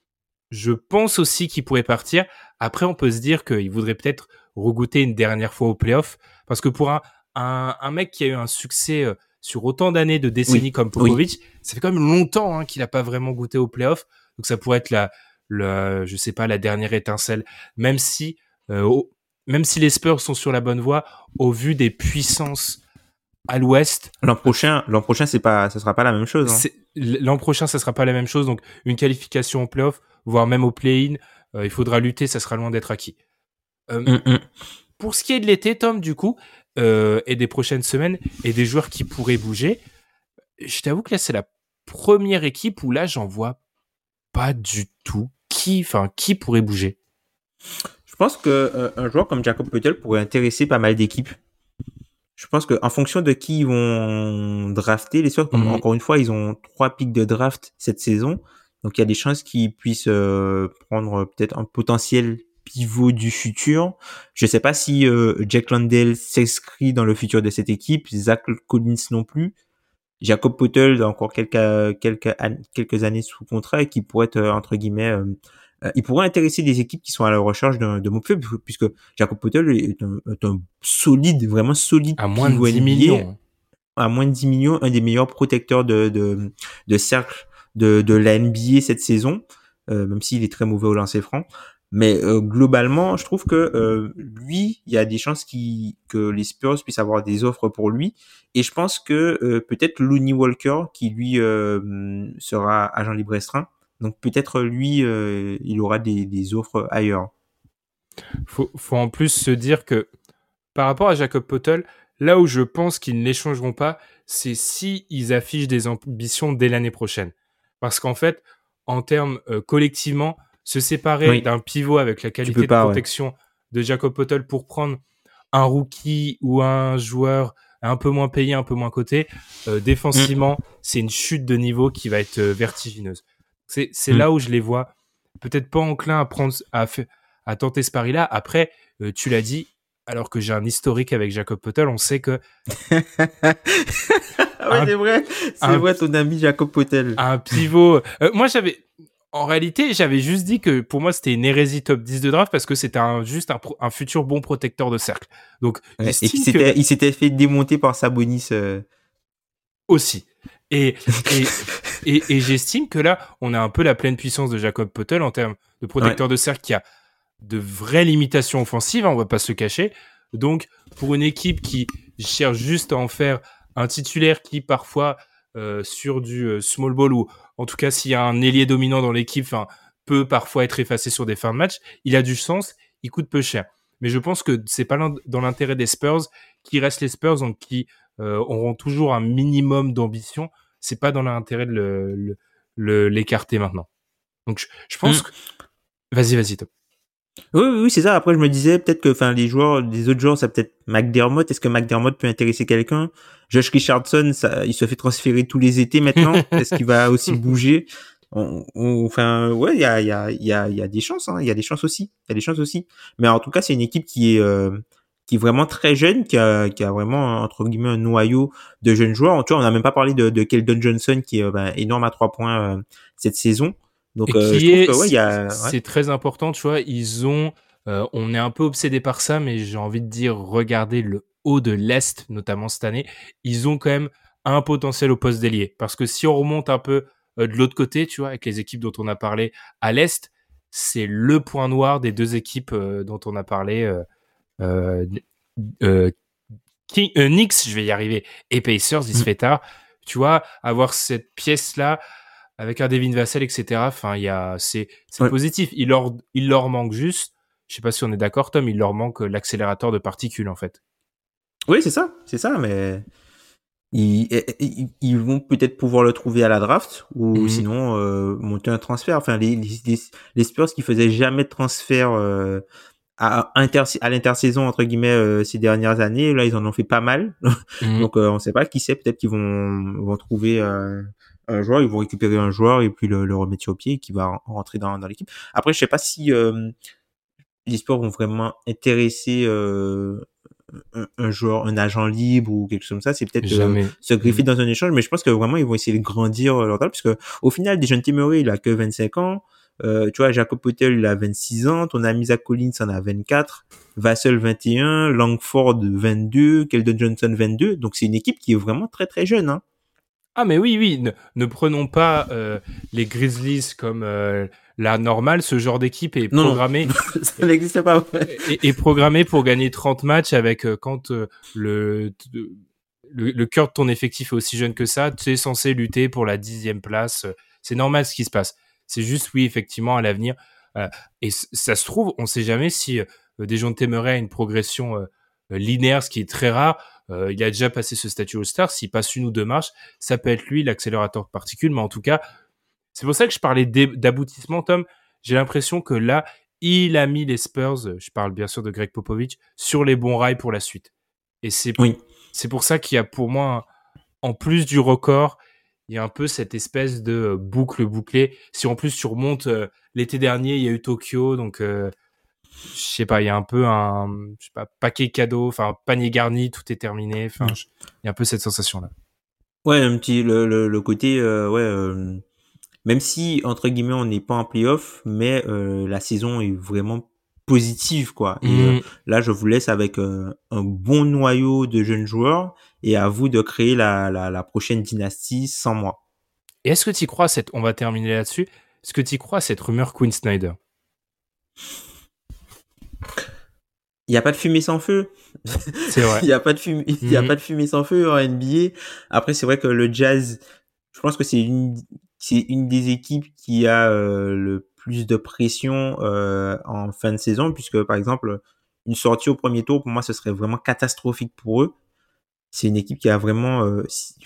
je pense aussi qu'il pourrait partir. Après, on peut se dire qu'il voudrait peut-être regoûter une dernière fois au playoff, parce que pour un, un, un mec qui a eu un succès euh, sur autant d'années, de décennies oui. comme Popovic, oui. ça fait quand même longtemps hein, qu'il n'a pas vraiment goûté au playoff. Donc ça pourrait être la, la, je sais pas, la dernière étincelle. Même si, euh, au, même si les Spurs sont sur la bonne voie, au vu des puissances à l'Ouest. L'an prochain, l'an prochain, c'est pas, ça sera pas la même chose. Hein. C'est, l'an prochain, ça sera pas la même chose. Donc une qualification au playoff, voire même au play-in, euh, il faudra lutter. Ça sera loin d'être acquis. Euh, mm-hmm. Pour ce qui est de l'été, Tom, du coup. Euh, et des prochaines semaines et des joueurs qui pourraient bouger. Je t'avoue que là, c'est la première équipe où là, j'en vois pas du tout. Qui, enfin, qui pourrait bouger? Je pense que euh, un joueur comme Jakob Poeltl pourrait intéresser pas mal d'équipes. Je pense que en fonction de qui ils vont drafter, les Spurs, mm-hmm. encore une fois, ils ont trois pics de draft cette saison, donc il y a des chances qu'ils puissent euh, prendre peut-être un potentiel pivot du futur. Je sais pas si euh, Jack Landale s'inscrit dans le futur de cette équipe, Zach Collins non plus. Jakob Poeltl a encore quelques quelques quelques années sous contrat et qui pourrait être entre guillemets euh, euh, il pourrait intéresser des équipes qui sont à la recherche d'un de Mopé, puisque Jakob Poeltl est un, est un solide, vraiment solide à moins de dix millions. À moins de dix millions, un des meilleurs protecteurs de de de cercle de de la N B A cette saison, euh, même s'il est très mauvais au lancer franc. Mais euh, globalement, je trouve que euh, lui, il y a des chances qu'il, que les Spurs puissent avoir des offres pour lui. Et je pense que euh, peut-être Lonnie Walker, qui lui euh, sera agent libre restreint, donc peut-être lui, euh, il aura des, des offres ailleurs. Faut, faut en plus se dire que par rapport à Jakob Poeltl, là où je pense qu'ils ne l'échangeront pas, c'est si ils affichent des ambitions dès l'année prochaine. Parce qu'en fait, en termes euh, collectivement, se séparer oui. d'un pivot avec la qualité pas, de protection ouais. de Jakob Poeltl pour prendre un rookie ou un joueur un peu moins payé, un peu moins coté, euh, défensivement, mmh. c'est une chute de niveau qui va être euh, vertigineuse. C'est, c'est mmh. là où je les vois peut-être pas enclins à prendre, à, à tenter ce pari-là. Après, euh, tu l'as dit, alors que j'ai un historique avec Jakob Poeltl, on sait que... ah oui, un, c'est vrai, c'est un, vrai ton ami Jakob Poeltl. Un pivot... Euh, moi, j'avais... En réalité, j'avais juste dit que pour moi, c'était une hérésie top dix de draft parce que c'était un, juste un, un futur bon protecteur de cercle. Donc, ouais, et qu'il s'était, que... il s'était fait démonter par Sabonis. Euh... Aussi. Et, et, et, et j'estime que là, on a un peu la pleine puissance de Jakob Poeltl en termes de protecteur ouais. de cercle qui a de vraies limitations offensives, hein, on va pas se cacher. Donc, pour une équipe qui cherche juste à en faire un titulaire qui, parfois, euh, sur du euh, small ball ou en tout cas, s'il y a un ailier dominant dans l'équipe, enfin, peut parfois être effacé sur des fins de match, il a du sens, il coûte peu cher. Mais je pense que c'est pas dans l'intérêt des Spurs, qui restent les Spurs, donc qui euh, auront toujours un minimum d'ambition. C'est pas dans l'intérêt de le, le, le, l'écarter maintenant. Donc, je, je pense mmh. que... Vas-y, vas-y, Tom. Oui, oui, oui, c'est ça. Après, je me disais peut-être que, enfin, les joueurs, les autres joueurs, ça peut-être McDermott. Est-ce que McDermott peut intéresser quelqu'un? Josh Richardson, ça, il se fait transférer tous les étés maintenant. Est-ce qu'il va aussi bouger? on, on, Enfin, ouais, il y a, il y a, il y a, il y a des chances. Hein. Il y a des chances aussi. Il y a des chances aussi. Mais en tout cas, c'est une équipe qui est, euh, qui est vraiment très jeune, qui a, qui a vraiment entre guillemets un noyau de jeunes joueurs. Tu vois, on n'a même pas parlé de, de Keldon Johnson, qui est ben, énorme à trois points euh, cette saison. Donc, et euh, qui je est, trouve que ouais, il y a, ouais. c'est très important, tu vois. Ils ont, euh, on est un peu obsédé par ça, mais j'ai envie de dire, regardez le haut de l'Est, notamment cette année. Ils ont quand même un potentiel au poste d'ailier, parce que si on remonte un peu euh, de l'autre côté, tu vois, avec les équipes dont on a parlé à l'Est, c'est le point noir des deux équipes euh, dont on a parlé. Euh, euh, euh, King, euh, Knicks, je vais y arriver, et Pacers, il se fait tard. Tu vois, avoir cette pièce-là. Avec un Devin Vassell, et cetera. Enfin, il y a, c'est, c'est ouais. positif. Il leur, il leur manque juste, je sais pas si on est d'accord, Tom, il leur manque l'accélérateur de particules, en fait. Oui, c'est ça, c'est ça, mais ils, ils, ils vont peut-être pouvoir le trouver à la draft ou mm-hmm. sinon euh, monter un transfert. Enfin, les, les, les Spurs qui faisaient jamais de transfert euh, à, inter, à l'intersaison entre guillemets euh, ces dernières années. Là, ils en ont fait pas mal. Mmh. Donc, euh, on sait pas qui sait. Peut-être qu'ils vont vont trouver euh, un joueur, ils vont récupérer un joueur et puis le, le remettre sur pied, qui va rentrer dans dans l'équipe. Après, je sais pas si euh, les Spurs vont vraiment intéresser euh, un, un joueur, un agent libre ou quelque chose comme ça. C'est peut-être euh, se greffer mmh. dans un échange, mais je pense que vraiment ils vont essayer de grandir leur talent, parce que au final, Dejounte Murray, il a que vingt-cinq ans. Euh, tu vois, Jakob Poeltl, il a vingt-six ans. Ton ami Zach Collins en a vingt-quatre. Vassell, vingt et un. Langford, vingt-deux. Keldon Johnson, vingt-deux. Donc, c'est une équipe qui est vraiment très, très jeune. Hein. Ah, mais oui, oui. Ne, ne prenons pas euh, les Grizzlies comme euh, la normale. Ce genre d'équipe est non, programmé. Non. Ça n'existe pas. est, est programmé pour gagner trente matchs avec euh, quand euh, le, le, le cœur de ton effectif est aussi jeune que ça. Tu es censé lutter pour la dixième place. C'est normal ce qui se passe. C'est juste, oui, effectivement, à l'avenir. Euh, et c- ça se trouve, on ne sait jamais si euh, Dejounte Murray a une progression euh, linéaire, ce qui est très rare. Euh, il a déjà passé ce statut All-Star. S'il passe une ou deux marches, ça peut être lui, l'accélérateur de particules. Mais en tout cas, c'est pour ça que je parlais d'aboutissement, Tom. J'ai l'impression que là, il a mis les Spurs, je parle bien sûr de Greg Popovich, sur les bons rails pour la suite. Et c'est, oui. c'est pour ça qu'il y a pour moi, en plus du record, il y a un peu cette espèce de boucle bouclée. Si en plus tu remontes euh, l'été dernier, il y a eu Tokyo, donc euh, je sais pas, il y a un peu un je sais pas, paquet cadeau, enfin panier garni, tout est terminé. Enfin, mmh. il y a un peu cette sensation là. Ouais, un petit le le, le côté euh, ouais. Euh, même si entre guillemets on n'est pas en playoff, mais euh, la saison est vraiment positive quoi. Et mmh. euh, là, je vous laisse avec euh, un bon noyau de jeunes joueurs et à vous de créer la la, la prochaine dynastie sans moi. Et est-ce que tu y crois cette on va terminer là-dessus. Est-ce que tu y crois cette rumeur Quinn Snyder? Il y a pas de fumée sans feu. C'est vrai. Il y a pas de fumée, il y a mmh. pas de fumée sans feu en N B A. Après, c'est vrai que le Jazz, je pense que c'est une c'est une des équipes qui a euh, le plus de pression euh, en fin de saison, puisque par exemple une sortie au premier tour, pour moi, ce serait vraiment catastrophique pour eux. C'est une équipe qui a vraiment euh,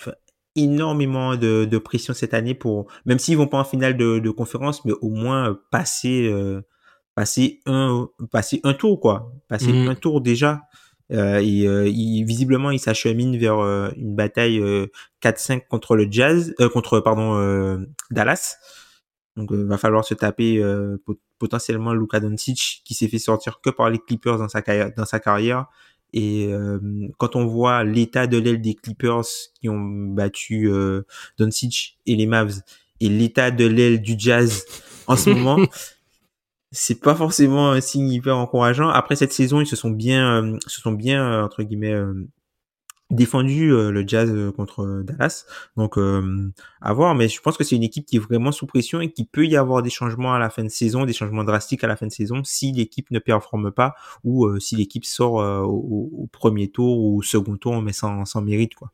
énormément de, de pression cette année, pour même s'ils vont pas en finale de, de conférence, mais au moins euh, passer euh, passer un passer un tour quoi, passer mmh. un tour déjà. Euh, et euh, il, visiblement, il s'achemine vers euh, une bataille euh, quatre cinq contre le Jazz, euh, contre pardon euh, Dallas. Donc, il euh, va falloir se taper euh, pot- potentiellement Luka Doncic, qui s'est fait sortir que par les Clippers dans sa carrière. Dans sa carrière. Et euh, quand on voit l'état de l'aile des Clippers qui ont battu euh, Doncic et les Mavs, et l'état de l'aile du Jazz en ce moment. C'est pas forcément un signe hyper encourageant. Après cette saison, ils se sont bien, euh, se sont bien euh, entre guillemets euh, défendus euh, le Jazz euh, contre Dallas. Donc euh, à voir. Mais je pense que c'est une équipe qui est vraiment sous pression et qu'il peut y avoir des changements à la fin de saison, des changements drastiques à la fin de saison si l'équipe ne performe pas ou euh, si l'équipe sort euh, au, au premier tour ou au second tour mais sans, sans mérite quoi.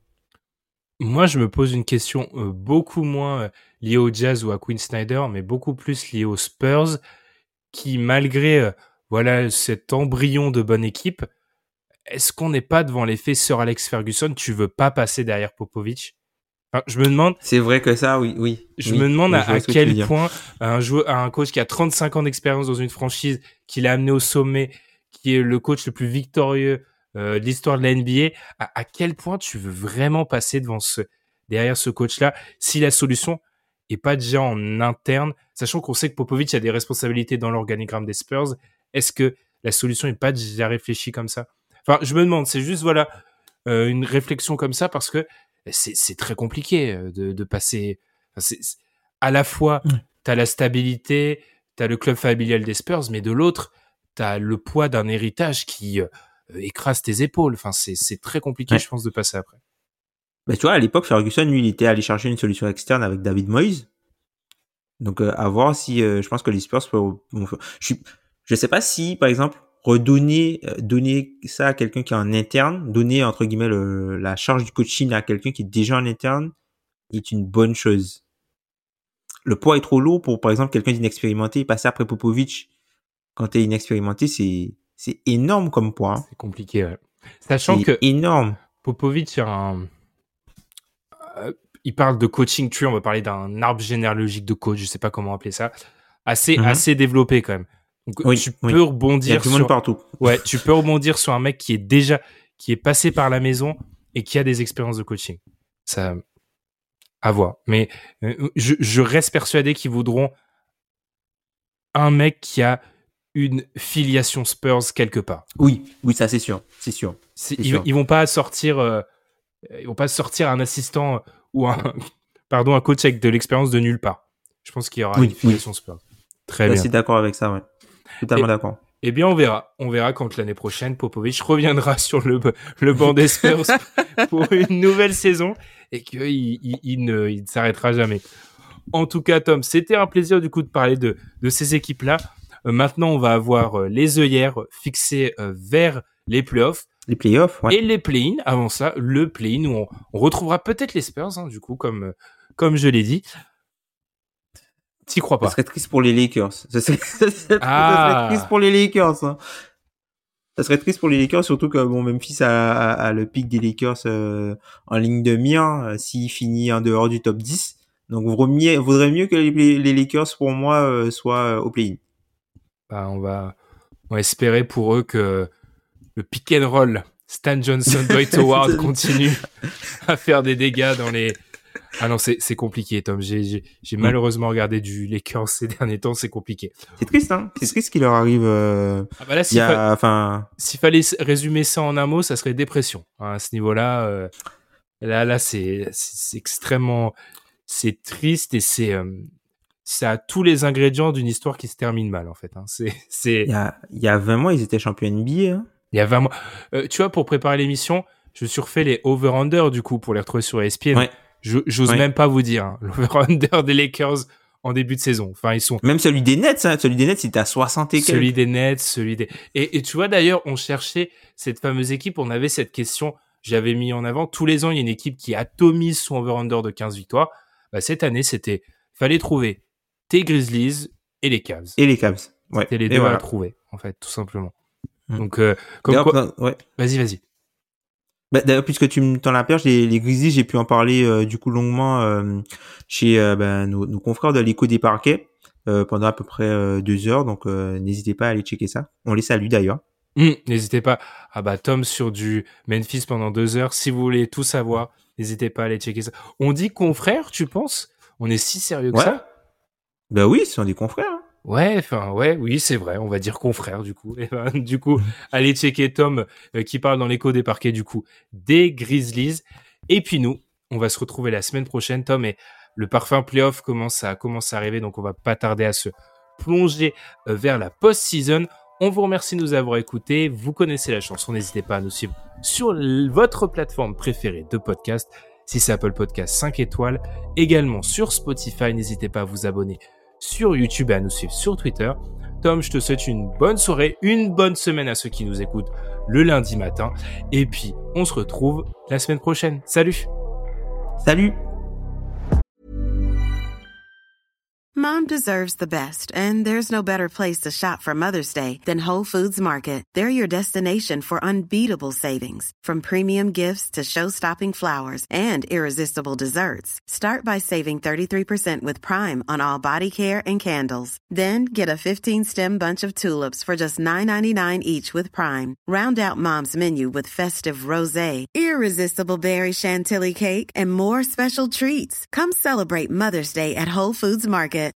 Moi, je me pose une question euh, beaucoup moins euh, liée au Jazz ou à Quinn Snyder, mais beaucoup plus liée aux Spurs, qui, malgré euh, voilà cet embryon de bonne équipe, est-ce qu'on n'est pas devant l'effet Sir Alex Ferguson? Tu veux pas passer derrière Popovich? Enfin, je me demande. C'est vrai que ça, oui, oui. Je oui, me demande oui, à, à quel point un joueur, un coach qui a trente-cinq ans d'expérience dans une franchise, qui l'a amené au sommet, qui est le coach le plus victorieux euh, de l'histoire de la N B A, à, à quel point tu veux vraiment passer devant ce, derrière ce coach-là, si la solution est pas déjà en interne, sachant qu'on sait que Popovich a des responsabilités dans l'organigramme des Spurs, est-ce que la solution est pas déjà réfléchie comme ça? Enfin, je me demande, c'est juste voilà euh, une réflexion comme ça, parce que c'est, c'est très compliqué de, de passer. Enfin, c'est, c'est, à la fois, mmh. t'as la stabilité, t'as le club familial des Spurs, mais de l'autre, t'as le poids d'un héritage qui euh, écrase tes épaules. Enfin, c'est, c'est très compliqué, ouais. je pense, de passer après. Bah, tu vois, à l'époque, Ferguson, lui, il était allé chercher une solution externe avec David Moyes. Donc, euh, à voir si, euh, je pense que les Spurs peuvent, bon, je suis, je sais pas si, par exemple, redonner, euh, donner ça à quelqu'un qui est en interne, donner, entre guillemets, le, la charge du coaching à quelqu'un qui est déjà en interne est une bonne chose. Le poids est trop lourd pour, par exemple, quelqu'un d'inexpérimenté, passer après Popovich. Quand t'es inexpérimenté, c'est, c'est énorme comme poids. Hein. C'est compliqué, ouais. Sachant c'est que. énorme. Popovich, un, euh, il parle de coaching tree, on va parler d'un arbre généalogique de coach, je sais pas comment appeler ça, assez, mm-hmm. assez développé quand même. Donc, oui, tu oui. peux rebondir Il y a tout le monde sur... partout. Ouais, tu peux rebondir sur un mec qui est déjà, qui est passé par la maison et qui a des expériences de coaching. Ça, à voir. Mais euh, je, je reste persuadé qu'ils voudront un mec qui a une filiation Spurs quelque part. Oui, oui, ça c'est sûr, c'est sûr. C'est, c'est ils, sûr. ils vont pas sortir, euh, ils vont pas sortir un assistant ou un, pardon, un coach avec de l'expérience de nulle part. Je pense qu'il y aura oui, une filiation oui. Spurs. Très je bien. suis d'accord avec ça, ouais. Totalement Et, d'accord. Eh bien, on verra. On verra quand l'année prochaine, Popovic reviendra sur le, le banc des Spurs pour une nouvelle saison et qu'il il, il ne, il ne s'arrêtera jamais. En tout cas, Tom, c'était un plaisir du coup de parler de, de ces équipes-là. Euh, maintenant, on va avoir euh, les œillères fixées euh, vers les playoffs. Les playoffs, ouais. Et les play-in. Avant ça, le play-in où on, on retrouvera peut-être les Spurs, hein, du coup, comme, comme je l'ai dit. T'y crois pas? Ça serait triste pour les Lakers. Ça serait, ça serait, ah. ça serait triste pour les Lakers. Hein. Ça serait triste pour les Lakers, surtout que bon, Memphis a, a, a le pic des Lakers euh, en ligne de mire euh, s'il finit en dehors du top dix. Donc, vaudrait mieux, vaudrait mieux que les, les Lakers, pour moi, euh, soient au play-in. Bah, on va, on va espérer pour eux que le pick and roll Stan Johnson, Dwight Howard continue à faire des dégâts dans les... Ah non, c'est, c'est compliqué, Tom. J'ai, j'ai, j'ai malheureusement regardé du Lakers ces derniers temps, c'est compliqué. C'est triste, hein. C'est triste qu'il leur arrive. Euh, ah bah là, s'il, a, fa... enfin... s'il fallait résumer ça en un mot, ça serait dépression. Hein, à ce niveau-là, euh, là, là, c'est, c'est, c'est extrêmement, c'est triste et c'est, euh, ça a tous les ingrédients d'une histoire qui se termine mal, en fait. Hein. C'est, c'est. Il y a, il y a vingt mois, ils étaient champions N B A. Hein. Il y a vingt mois. Euh, tu vois, pour préparer l'émission, je surfais les over-under du coup pour les retrouver sur E S P N. Ouais. Je, j'ose ouais. même pas vous dire hein, l'over-under des Lakers en début de saison. Enfin, ils sont. Même celui des Nets, hein. Celui des Nets, il était à soixante et quelques. Celui des Nets, celui des. Et, et tu vois d'ailleurs, on cherchait cette fameuse équipe. On avait cette question. J'avais mis en avant. Tous les ans, il y a une équipe qui atomise son over-under de quinze victoires. Bah, cette année, c'était. Fallait trouver tes Grizzlies et les Cavs. Et les Cavs. Ouais. C'était les et deux voilà. à trouver, en fait, tout simplement. Mmh. Donc, euh, comme quoi. Bah, ouais. Vas-y, vas-y. Bah, d'ailleurs, puisque tu me tends la perche, les, les Grizzlies, j'ai pu en parler euh, du coup longuement euh, chez euh, ben, nos, nos confrères de l'écho des parquets euh, pendant à peu près euh, deux heures. Donc, euh, n'hésitez pas à aller checker ça. On les salue d'ailleurs. Mmh, n'hésitez pas. Ah bah Tom sur du Memphis pendant deux heures. Si vous voulez tout savoir, n'hésitez pas à aller checker ça. On dit confrères, tu penses? On est si sérieux que ouais. ça? Bah oui, ce sont des confrères. Hein. Ouais, enfin ouais, oui c'est vrai. On va dire confrères du coup. Et ben, du coup, allez checker Tom euh, qui parle dans l'écho des parquets du coup des Grizzlies. Et puis nous, on va se retrouver la semaine prochaine, Tom. Et le parfum playoff commence à commence à arriver, donc on va pas tarder à se plonger euh, vers la post-season. On vous remercie de nous avoir écoutés. Vous connaissez la chanson. N'hésitez pas à nous suivre sur l- votre plateforme préférée de podcast. Si c'est Apple Podcast, cinq étoiles. Également sur Spotify. N'hésitez pas à vous abonner sur YouTube et à nous suivre sur Twitter. Tom, je te souhaite une bonne soirée, une bonne semaine à ceux qui nous écoutent le lundi matin. Et puis, on se retrouve la semaine prochaine. Salut! Salut! Mom deserves the best, and there's no better place to shop for Mother's Day than Whole Foods Market. They're your destination for unbeatable savings, from premium gifts to show-stopping flowers and irresistible desserts. Start by saving thirty-three percent with Prime on all body care and candles. Then get a fifteen-stem bunch of tulips for just nine ninety-nine each with Prime. Round out Mom's menu with festive rosé, irresistible berry chantilly cake, and more special treats. Come celebrate Mother's Day at Whole Foods Market.